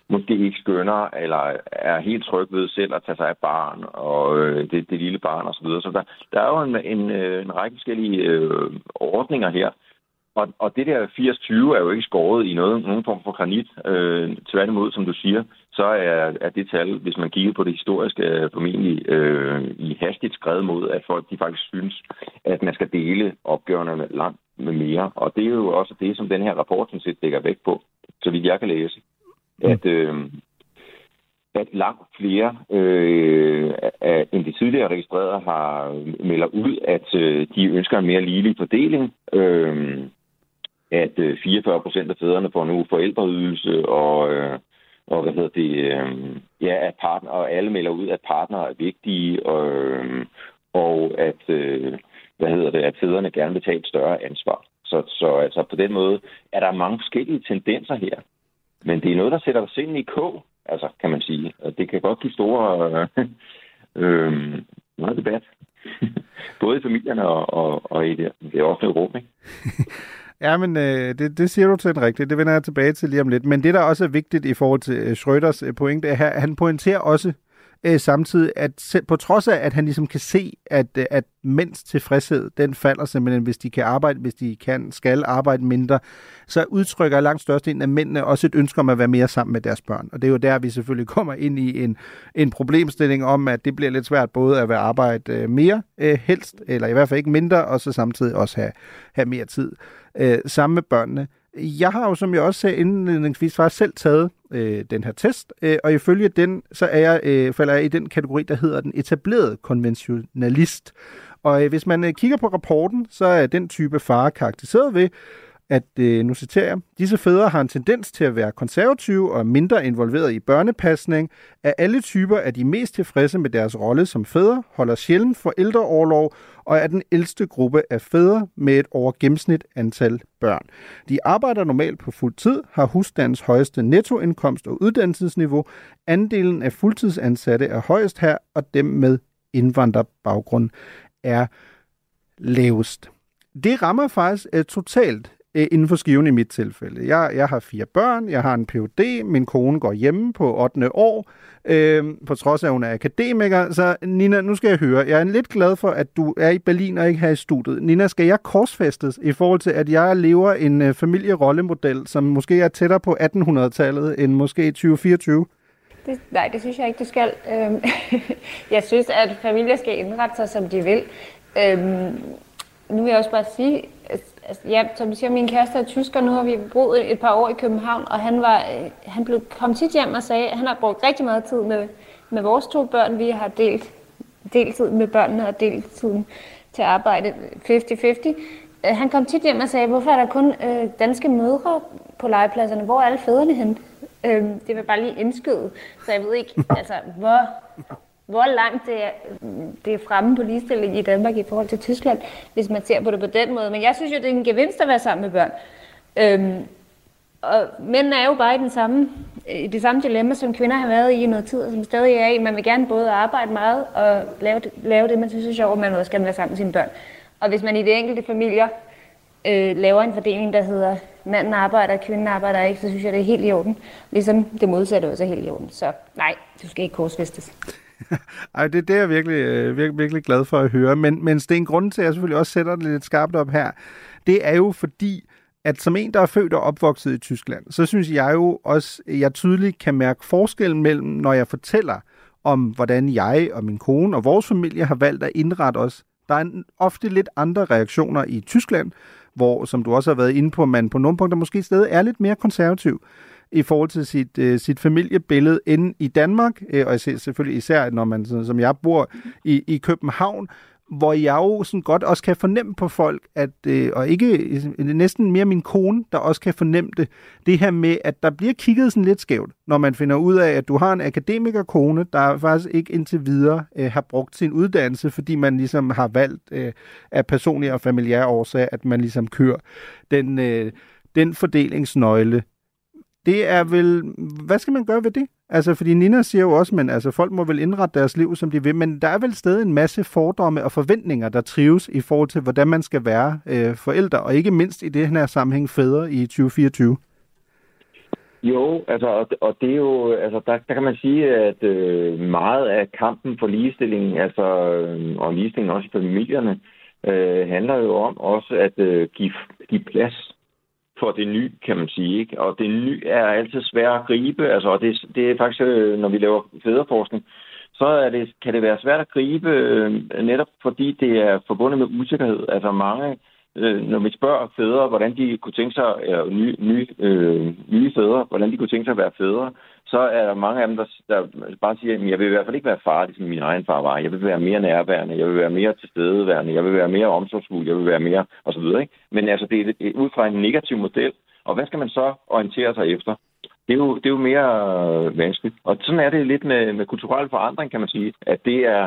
måske ikke skønner, eller er helt tryg ved selv at tage sig af barn, og det lille barn osv. Så der er jo en række forskellige ordninger her. Og det der 80-20 er jo ikke skåret i nogen form for granit. Tværtimod, som du siger, så er det tal, hvis man kigger på det historiske, formentlig i hastigt skrevet mod, at folk de faktisk synes, at man skal dele opgaverne langt med mere. Og det er jo også det, som den her rapport sådan set lægger vægt på, så vidt jeg kan læse. At langt flere end de tidligere registrerede har melder ud, at de ønsker en mere ligelig fordeling. At 44% af fædrene får nu forældreydelse, og at partner, og alle melder ud, at partnere er vigtige, og at at fædrene gerne vil tage et større ansvar. Så altså på den måde er der mange forskellige tendenser her. Men det er noget, der sætter sindene i kog, altså kan man sige. Og det kan godt give store meget debat. Både i familierne og i det offentlige rum, ikke? Ja, men det siger du til den rigtige. Det vender jeg tilbage til lige om lidt. Men det, der også er vigtigt i forhold til Schröders pointe, er her, han pointerer også samtidig, at på trods af, at han ligesom kan se, at mænds tilfredshed, den falder simpelthen, hvis de kan arbejde, hvis de skal arbejde mindre, så udtrykker langt størstedelen af mændene også et ønske om at være mere sammen med deres børn. Og det er jo der, vi selvfølgelig kommer ind i en problemstilling om, at det bliver lidt svært både at arbejde mere helst, eller i hvert fald ikke mindre, og så samtidig også have mere tid sammen med børnene. Jeg har jo, som jeg også sagde indledningsvis, faktisk selv taget den her test, og ifølge den, så falder jeg i den kategori, der hedder den etablerede konventionalist. Og hvis man kigger på rapporten, så er den type far karakteriseret ved, at, nu citerer jeg, disse fædre har en tendens til at være konservative og mindre involveret i børnepasning. Af alle typer er de mest tilfredse med deres rolle som fædre, holder sjældent forældreorlov og er den ældste gruppe af fædre med et over gennemsnit antal børn. De arbejder normalt på fuld tid, har husstandens højeste nettoindkomst og uddannelsesniveau. Andelen af fuldtidsansatte er højest her, og dem med indvandrerbaggrund er lavest. Det rammer faktisk totalt inden for skiven i mit tilfælde. Jeg har 4 børn, jeg har en Ph.D., min kone går hjemme på 8. år, på trods af, at hun er akademiker. Så Nina, nu skal jeg høre, jeg er lidt glad for, at du er i Berlin og ikke her i studiet. Nina, skal jeg korsfæstes i forhold til, at jeg lever en familierollemodel, som måske er tættere på 1800-tallet end måske 2024? Nej, det synes jeg ikke, du skal. Jeg synes, at familier skal indrette sig, som de vil. Nu vil jeg også bare sige, som du siger, min kæreste er tysker, nu har vi boet et par år i København, og han kom tit hjem og sagde, at han har brugt rigtig meget tid med vores 2 børn. Vi har delt tid med børnene og delt tiden til arbejde 50-50. Han kom tit hjem og sagde, hvorfor er der kun danske mødre på legepladserne? Hvor er alle fædrene henne? Det vil bare lige indskyde, så jeg ved ikke, altså, hvor langt det er fremme på ligestilling i Danmark i forhold til Tyskland, hvis man ser på det på den måde. Men jeg synes jo, det er en gevinst at være sammen med børn. Og mænd er jo bare i det samme dilemma, som kvinder har været i noget tid, og som stadig er i. Man vil gerne både arbejde meget og lave det, man synes er sjovt, men også gerne være sammen med sine børn. Og hvis man i de enkelte familier laver en fordeling, der hedder manden arbejder og kvinden arbejder ikke, så synes jeg, det er helt i orden. Ligesom det modsatte også er helt i orden. Så nej, du skal ikke korsfæstes. Ej, det er jeg virkelig glad for at høre. Men Sten, grunden til, at jeg selvfølgelig også sætter det lidt skarpt op her, det er jo fordi, at som en, der er født og opvokset i Tyskland, så synes jeg jo også, at jeg tydeligt kan mærke forskellen mellem, når jeg fortæller om, hvordan jeg og min kone og vores familie har valgt at indrette os. Der er ofte lidt andre reaktioner i Tyskland, hvor, som du også har været inde på, man på nogle punkter måske stadig er lidt mere konservativ i forhold til sit familiebillede end i Danmark, og jeg ser selvfølgelig især, når man, som jeg bor i København, hvor jeg jo sådan godt også kan fornemme på folk, at, og ikke næsten mere min kone, der også kan fornemme det her med, at der bliver kigget sådan lidt skævt, når man finder ud af, at du har en akademikerkone, der faktisk ikke indtil videre har brugt sin uddannelse, fordi man ligesom har valgt af personlige og familiære årsager, at man ligesom kører den fordelingsnøgle. Det er vel, hvad skal man gøre ved det? Altså, fordi Nina siger jo også, men altså, folk må vel indrette deres liv, som de vil, men der er vel stadig en masse fordomme og forventninger, der trives i forhold til, hvordan man skal være forældre, og ikke mindst i det her sammenhæng fædre i 2024. Jo, altså, og det er jo, altså, der kan man sige, at meget af kampen for ligestilling, altså, og ligestilling også i familierne, handler jo om også at give plads for det nye, kan man sige, ikke? Og det nye er altid svært at gribe, altså, og det er faktisk, når vi laver fædreforskning, så kan det være svært at gribe, netop fordi det er forbundet med usikkerhed. Altså mange, når vi spørger fædre, hvordan de kunne tænke sig, nye fædre, hvordan de kunne tænke sig at være fædre, så er der mange af dem, der bare siger, at jeg vil i hvert fald ikke være far, ligesom min egen far var. Jeg vil være mere nærværende, jeg vil være mere tilstedeværende, jeg vil være mere omsorgsfuld, jeg vil være mere, og så videre, ikke? Men altså, det er ud fra en negativ model. Og hvad skal man så orientere sig efter? Det er jo mere vanskeligt. Og sådan er det lidt med kulturel forandring, kan man sige. At det er...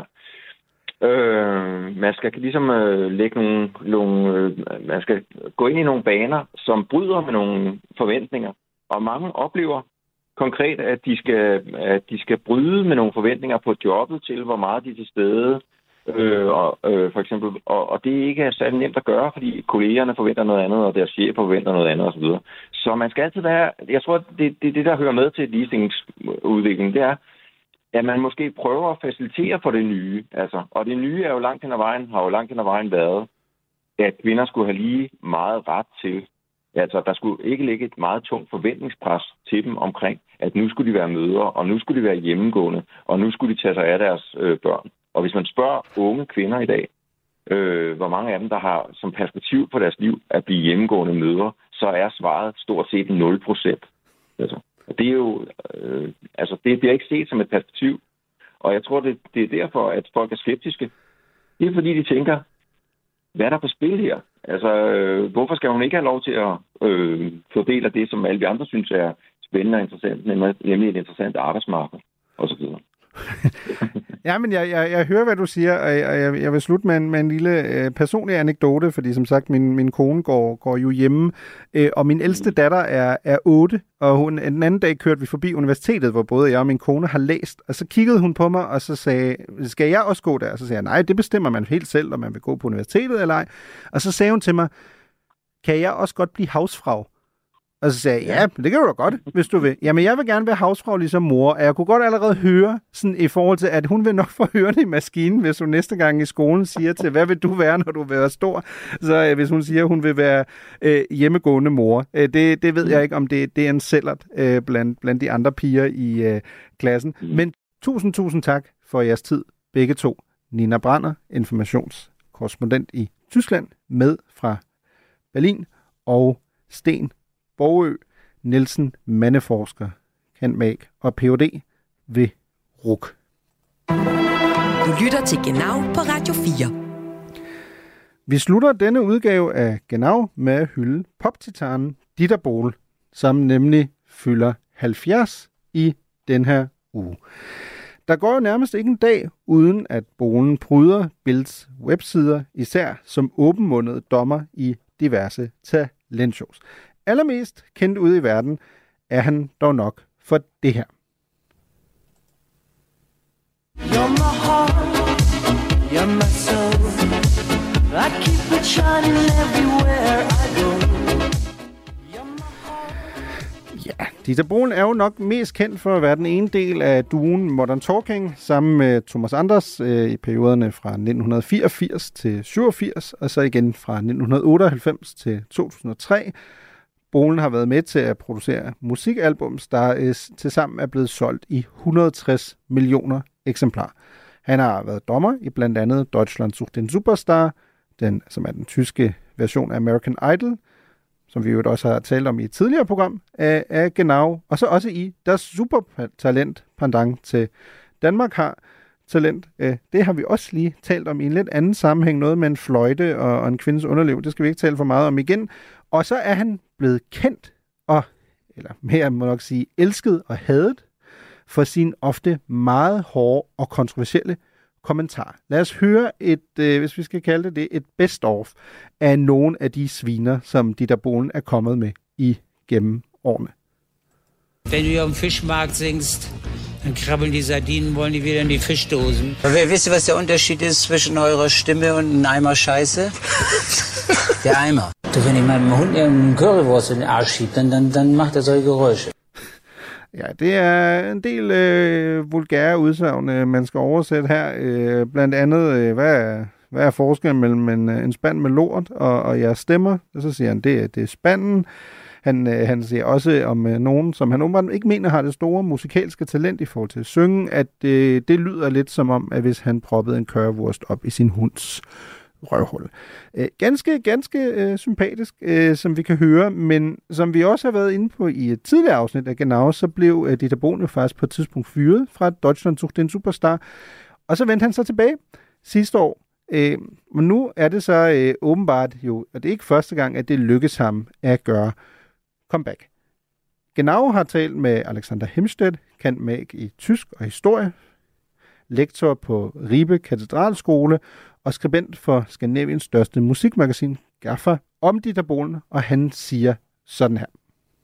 man skal ligesom lægge man skal gå ind i nogle baner, som bryder med nogle forventninger. Og mange oplever konkret, at de skal bryde med nogle forventninger på jobbet til, hvor meget de er til stede. For eksempel, og det ikke er særlig nemt at gøre, fordi kollegerne forventer noget andet, og deres chef forventer noget andet osv. Så man skal altid være... Jeg tror, det der hører med til ligestillingsudvikling, det er, at man måske prøver at facilitere for det nye. Altså, og det nye har jo langt hen ad vejen været, at kvinder skulle have lige meget ret til. Altså, der skulle ikke ligge et meget tungt forventningspres til dem omkring, at nu skulle de være mødre, og nu skulle de være hjemmegående, og nu skulle de tage sig af deres børn. Og hvis man spørger unge kvinder i dag, hvor mange af dem, der har som perspektiv på deres liv at blive hjemmegående mødre, så er svaret stort set 0%. Altså, det er jo, det bliver ikke set som et perspektiv. Og jeg tror, det er derfor, at folk er skeptiske. Det er fordi, de tænker, hvad er der på spil her? Altså, hvorfor skal hun ikke have lov til at få del af det, som alle de andre synes er spændende og interessant, nemlig et interessant arbejdsmarked, og så videre. Ja, men jeg hører, hvad du siger, og jeg vil slutte med en lille personlig anekdote, fordi som sagt, min kone går jo hjemme, og min ældste datter er 8, og den anden dag kørte vi forbi universitetet, hvor både jeg og min kone har læst, og så kiggede hun på mig, og så sagde, skal jeg også gå der? Og så sagde jeg, nej, det bestemmer man helt selv, om man vil gå på universitetet eller ej. Og så sagde hun til mig, kan jeg også godt blive hausfrau? Og så sagde jeg, ja, det kan du da godt, hvis du vil. Jamen, jeg vil gerne være hausfrau ligesom mor, og jeg kunne godt allerede høre, sådan i forhold til, at hun vil nok få hørende i maskinen, hvis hun næste gang i skolen siger til, hvad vil du være, når du vil være stor? Så hvis hun siger, at hun vil være hjemmegående mor. Det ved jeg ikke, om det er en sællert blandt de andre piger i klassen. Men tusind tak for jeres tid, begge to. Nina Brander, informationskorrespondent i Tyskland, med fra Berlin, og Sten Borgø Nielsen, mandeforsker, cand.mag og Ph.D. ved RUC. Du lytter til Genau på Radio 4. Vi slutter denne udgave af Genau med at hylde poptitanen Dieter Bohlen, som nemlig fylder 70 i den her uge. Der går jo nærmest ikke en dag, uden at Bohlen pryder Bilds websider, især som åbenmundet dommer i diverse talentshows. Allermest kendt ude i verden er han dog nok for det her. You're my heart, you're my soul. I keep it shining everywhere I go. Ja, Dieter Bohlen er jo nok mest kendt for at være den ene del af duoen Modern Talking, sammen med Thomas Anders i perioderne fra 1984 til 87, og så igen fra 1998 til 2003. Bohlen har været med til at producere musikalbums, der tilsammen er blevet solgt i 160 millioner eksemplarer. Han har været dommer i blandt andet Deutschland sucht den Superstar, som er den tyske version af American Idol, som vi jo også har talt om i et tidligere program af Genau, og så også i Das Supertalent pendant til Danmark har talent. Det har vi også lige talt om i en lidt anden sammenhæng, noget med en fløjte og en kvindes underliv. Det skal vi ikke tale for meget om igen. Og så er han blevet kendt, eller mere må nok sige, elsket og hadet for sin ofte meget hårde og kontroversielle kommentar. Lad os høre hvis vi skal kalde det et best-of af nogle af de sviner, som Dieter Bohlen er kommet med igennem årene. Wenn du hier am Fischmarkt singst, dann krabbeln die Sardinen, wollen die wieder in die Fischdosen. Wisst ihr, was der Unterschied ist zwischen eurer Stimme und einem Eimer Scheiße? Der Eimer. Du, wenn ich meinem Hund einen Currywurst in den Arsch schiebt, dann macht er solche Geräusche. Ja, det er en del vulgære udsagn, man skal oversætte her. Blandt andet, hvad er forskellen mellem en spand med lort og jeres stemmer? Og så siger han, det er spanden. Han siger også om nogen, som han åbenbart ikke mener har det store musikalske talent i forhold til at synge, at det lyder lidt som om, at hvis han proppede en currywurst op i sin hunds røvhul. Ganske sympatisk, som vi kan høre, men som vi også har været inde på i et tidligere afsnit af Genau, så blev Dieter Bohlen jo faktisk på et tidspunkt fyret fra Deutschland sucht den Superstar, og så vendte han sig tilbage sidste år. Men nu er det så åbenbart jo, og det er ikke første gang, at det lykkes ham at gøre comeback. Genau har talt med Alexander Hemstedt, cand.mag i tysk og historie, lektor på Ribe Katedralskole og skribent for Skandinaviens største musikmagasin, Gaffa, om Dieter Bohlen, og han siger sådan her.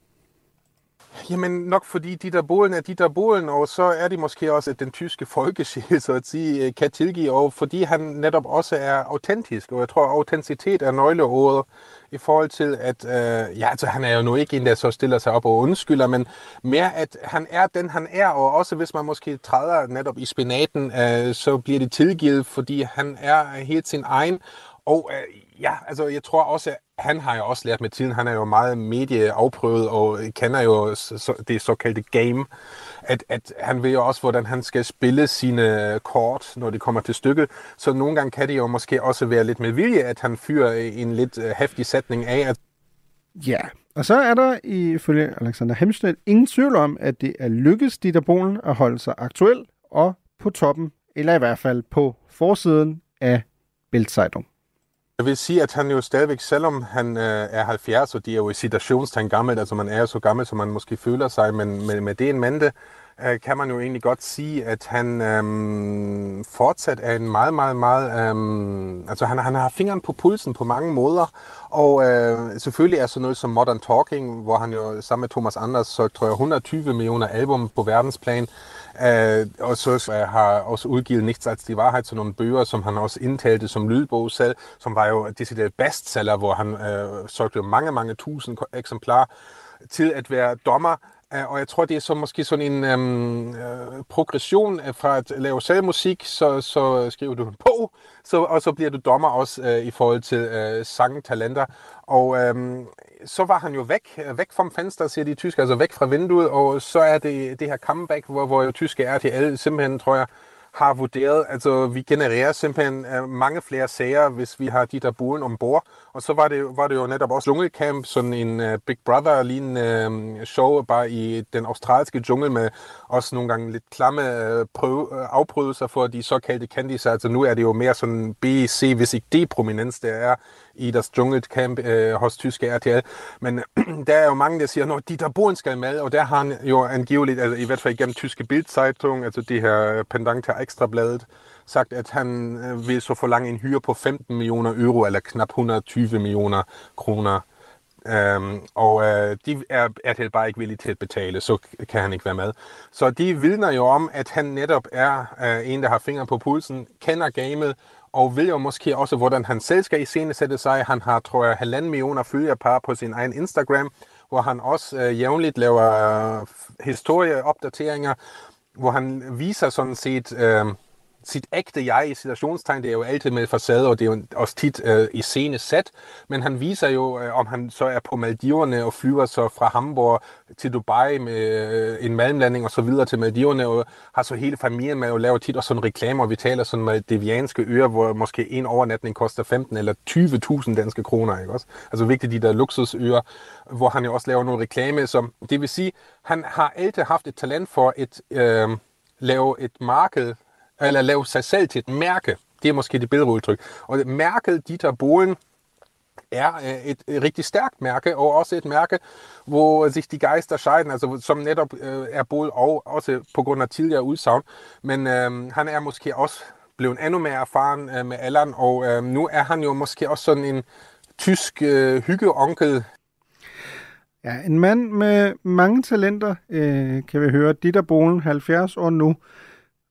Jamen nok fordi Dieter Bohlen er Dieter Bohlen, og så er det måske også, at den tyske folkesjæl, så at sige, kan tilgive, og fordi han netop også er autentisk, og jeg tror, autenticitet er nøgleordet i forhold til, at altså han er jo nu ikke en, der så stiller sig op og undskylder, men mere, at han er den, han er, og også hvis man måske træder netop i spinaten, så bliver det tilgivet, fordi han er helt sin egen, og altså jeg tror også, han har jo også lært med tiden, han er jo meget medieafprøvet og kender jo det såkaldte game, at han ved jo også, hvordan han skal spille sine kort, når det kommer til stykket. Så nogle gange kan det jo måske også være lidt med vilje, at han fyrer en lidt heftig sætning af. Ja, og så er der ifølge Alexander Hemstedt ingen tvivl om, at det er lykkedes Dieter Bohlen at holde sig aktuel og på toppen, eller i hvert fald på forsiden af Bild-Zeitung. Jeg vil sige, at han jo stadigvæk, selvom han er 70, og de er jo i citationstegn gammel, altså man er jo så gammel, som man måske føler sig, men med det en mente, kan man jo egentlig godt sige, at han fortsat er en meget, altså han har fingeren på pulsen på mange måder, og selvfølgelig er sådan noget som Modern Talking, hvor han jo sammen med Thomas Anders så tror jeg 120 millioner album på verdensplan, og så har også udgivet Nichts als die Wahrheit, sådan nogle bøger, som han også indtalte som lydbog selv, som var jo decideret bestseller, hvor han solgte jo mange tusind eksemplarer til at være dommer. Og jeg tror, det er så måske sådan en progression fra at lave selv musik, så skriver du en bog, og så bliver du dommer også i forhold til sangtalenter. Og så var han jo væk fra fenster, siger de tyske, altså væk fra vinduet, og så er det her comeback, hvor jo tyske RTL simpelthen, tror jeg, har vurderet, altså vi genererer simpelthen mange flere sager, hvis vi har Dieter Bohlen ombord. Og så var det jo netop også Dschungelcamp, sådan en Big Brother-lignende show, bare i den australske jungle, med også nogle gange lidt klamme afbrydelser for de såkaldte kendiser. Altså nu er det jo mere sådan B, C, hvis ikke D-prominens, der er i deres Dschungelcamp hos tyske RTL. Men der er jo mange, der siger, at Dieter Bohlen skal med, og der har han jo angiveligt, altså i hvert fald igennem tyske Bild-Zeitung, altså det her pendant til Ekstrabladet, sagt, at han vil så forlange en hyre på 15 millioner euro, eller knap 120 millioner kroner. Og de er RTL bare ikke villige til at betale, så kan han ikke være med. Så de vidner jo om, at han netop er en, der har fingre på pulsen, kender gamet, og ved jo måske også, hvordan han selv skal iscenesætte sig. Han har, tror jeg, 1,5 millioner følgerpar på sin egen Instagram, hvor han også jævnligt laver historieopdateringer, hvor han viser sådan set sit ægte jeg i citationstegn. Det er jo altid med facade, og det er jo også tit i scenesat, men han viser jo, om han så er på Maldiverne og flyver så fra Hamburg til Dubai med en mellemlanding og så videre til Maldiverne, og har så hele familien med at lave tit også sådan reklamer, og vi taler sådan med devianske øer, hvor måske en overnatning koster 15 eller 20.000 danske kroner, ikke også? Altså vigtigt de der luksusøer, hvor han jo også laver nogle reklame, som det vil sige, han har altid haft et talent for at lave et marked, eller lave sig selv til et mærke. Det er måske det bedre udtryk. Og mærket Dieter Bohlen er et rigtig stærkt mærke, og også et mærke, hvor sich die Geister scheiden, altså som netop er Bohlen, og også på grund af tidligere udsagn. Men han er måske også blevet endnu mere erfaren med alderen, og nu er han jo måske også sådan en tysk hyggeonkel. Ja, en mand med mange talenter, kan vi høre. Dieter Bohlen, 70 år nu.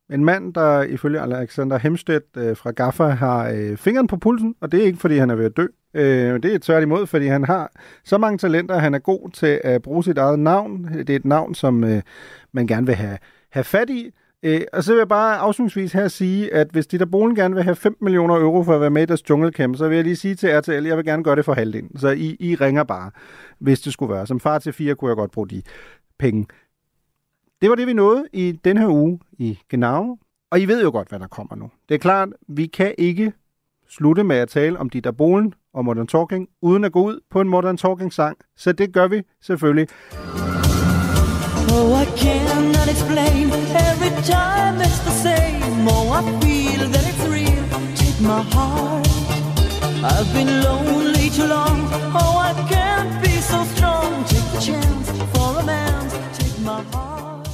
En mand, der ifølge Alexander Hemstedt fra Gaffa har fingeren på pulsen, og det er ikke, fordi han er ved at dø. Det er tværtimod, fordi han har så mange talenter, han er god til at bruge sit eget navn. Det er et navn, som man gerne vil have fat i. Og så vil jeg bare afslutningsvis her sige, at hvis Dieter Bohlen gerne vil have 5 millioner euro for at være med i deres dschungelcamp, så vil jeg lige sige til RTL, jeg vil gerne gøre det for halvdelen. Så I ringer bare, hvis det skulle være. Som far til 4 kunne jeg godt bruge de penge. Det var det, vi nåede i den her uge i Genau. Og I ved jo godt, hvad der kommer nu. Det er klart, vi kan ikke slutte med at tale om Dieter Bohlen og Modern Talking, uden at gå ud på en Modern Talking-sang. Så det gør vi selvfølgelig. Oh, I cannot explain. Every time it's the same. Oh, I feel that it's real. Take my heart. I've been lonely too long. Oh, I can't be so strong. Take the chance for a man. Take my heart.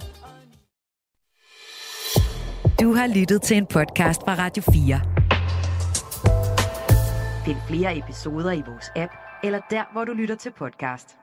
Du har lyttet til en podcast fra Radio 4. Find flere episoder i vores app, eller der, hvor du lytter til podcast.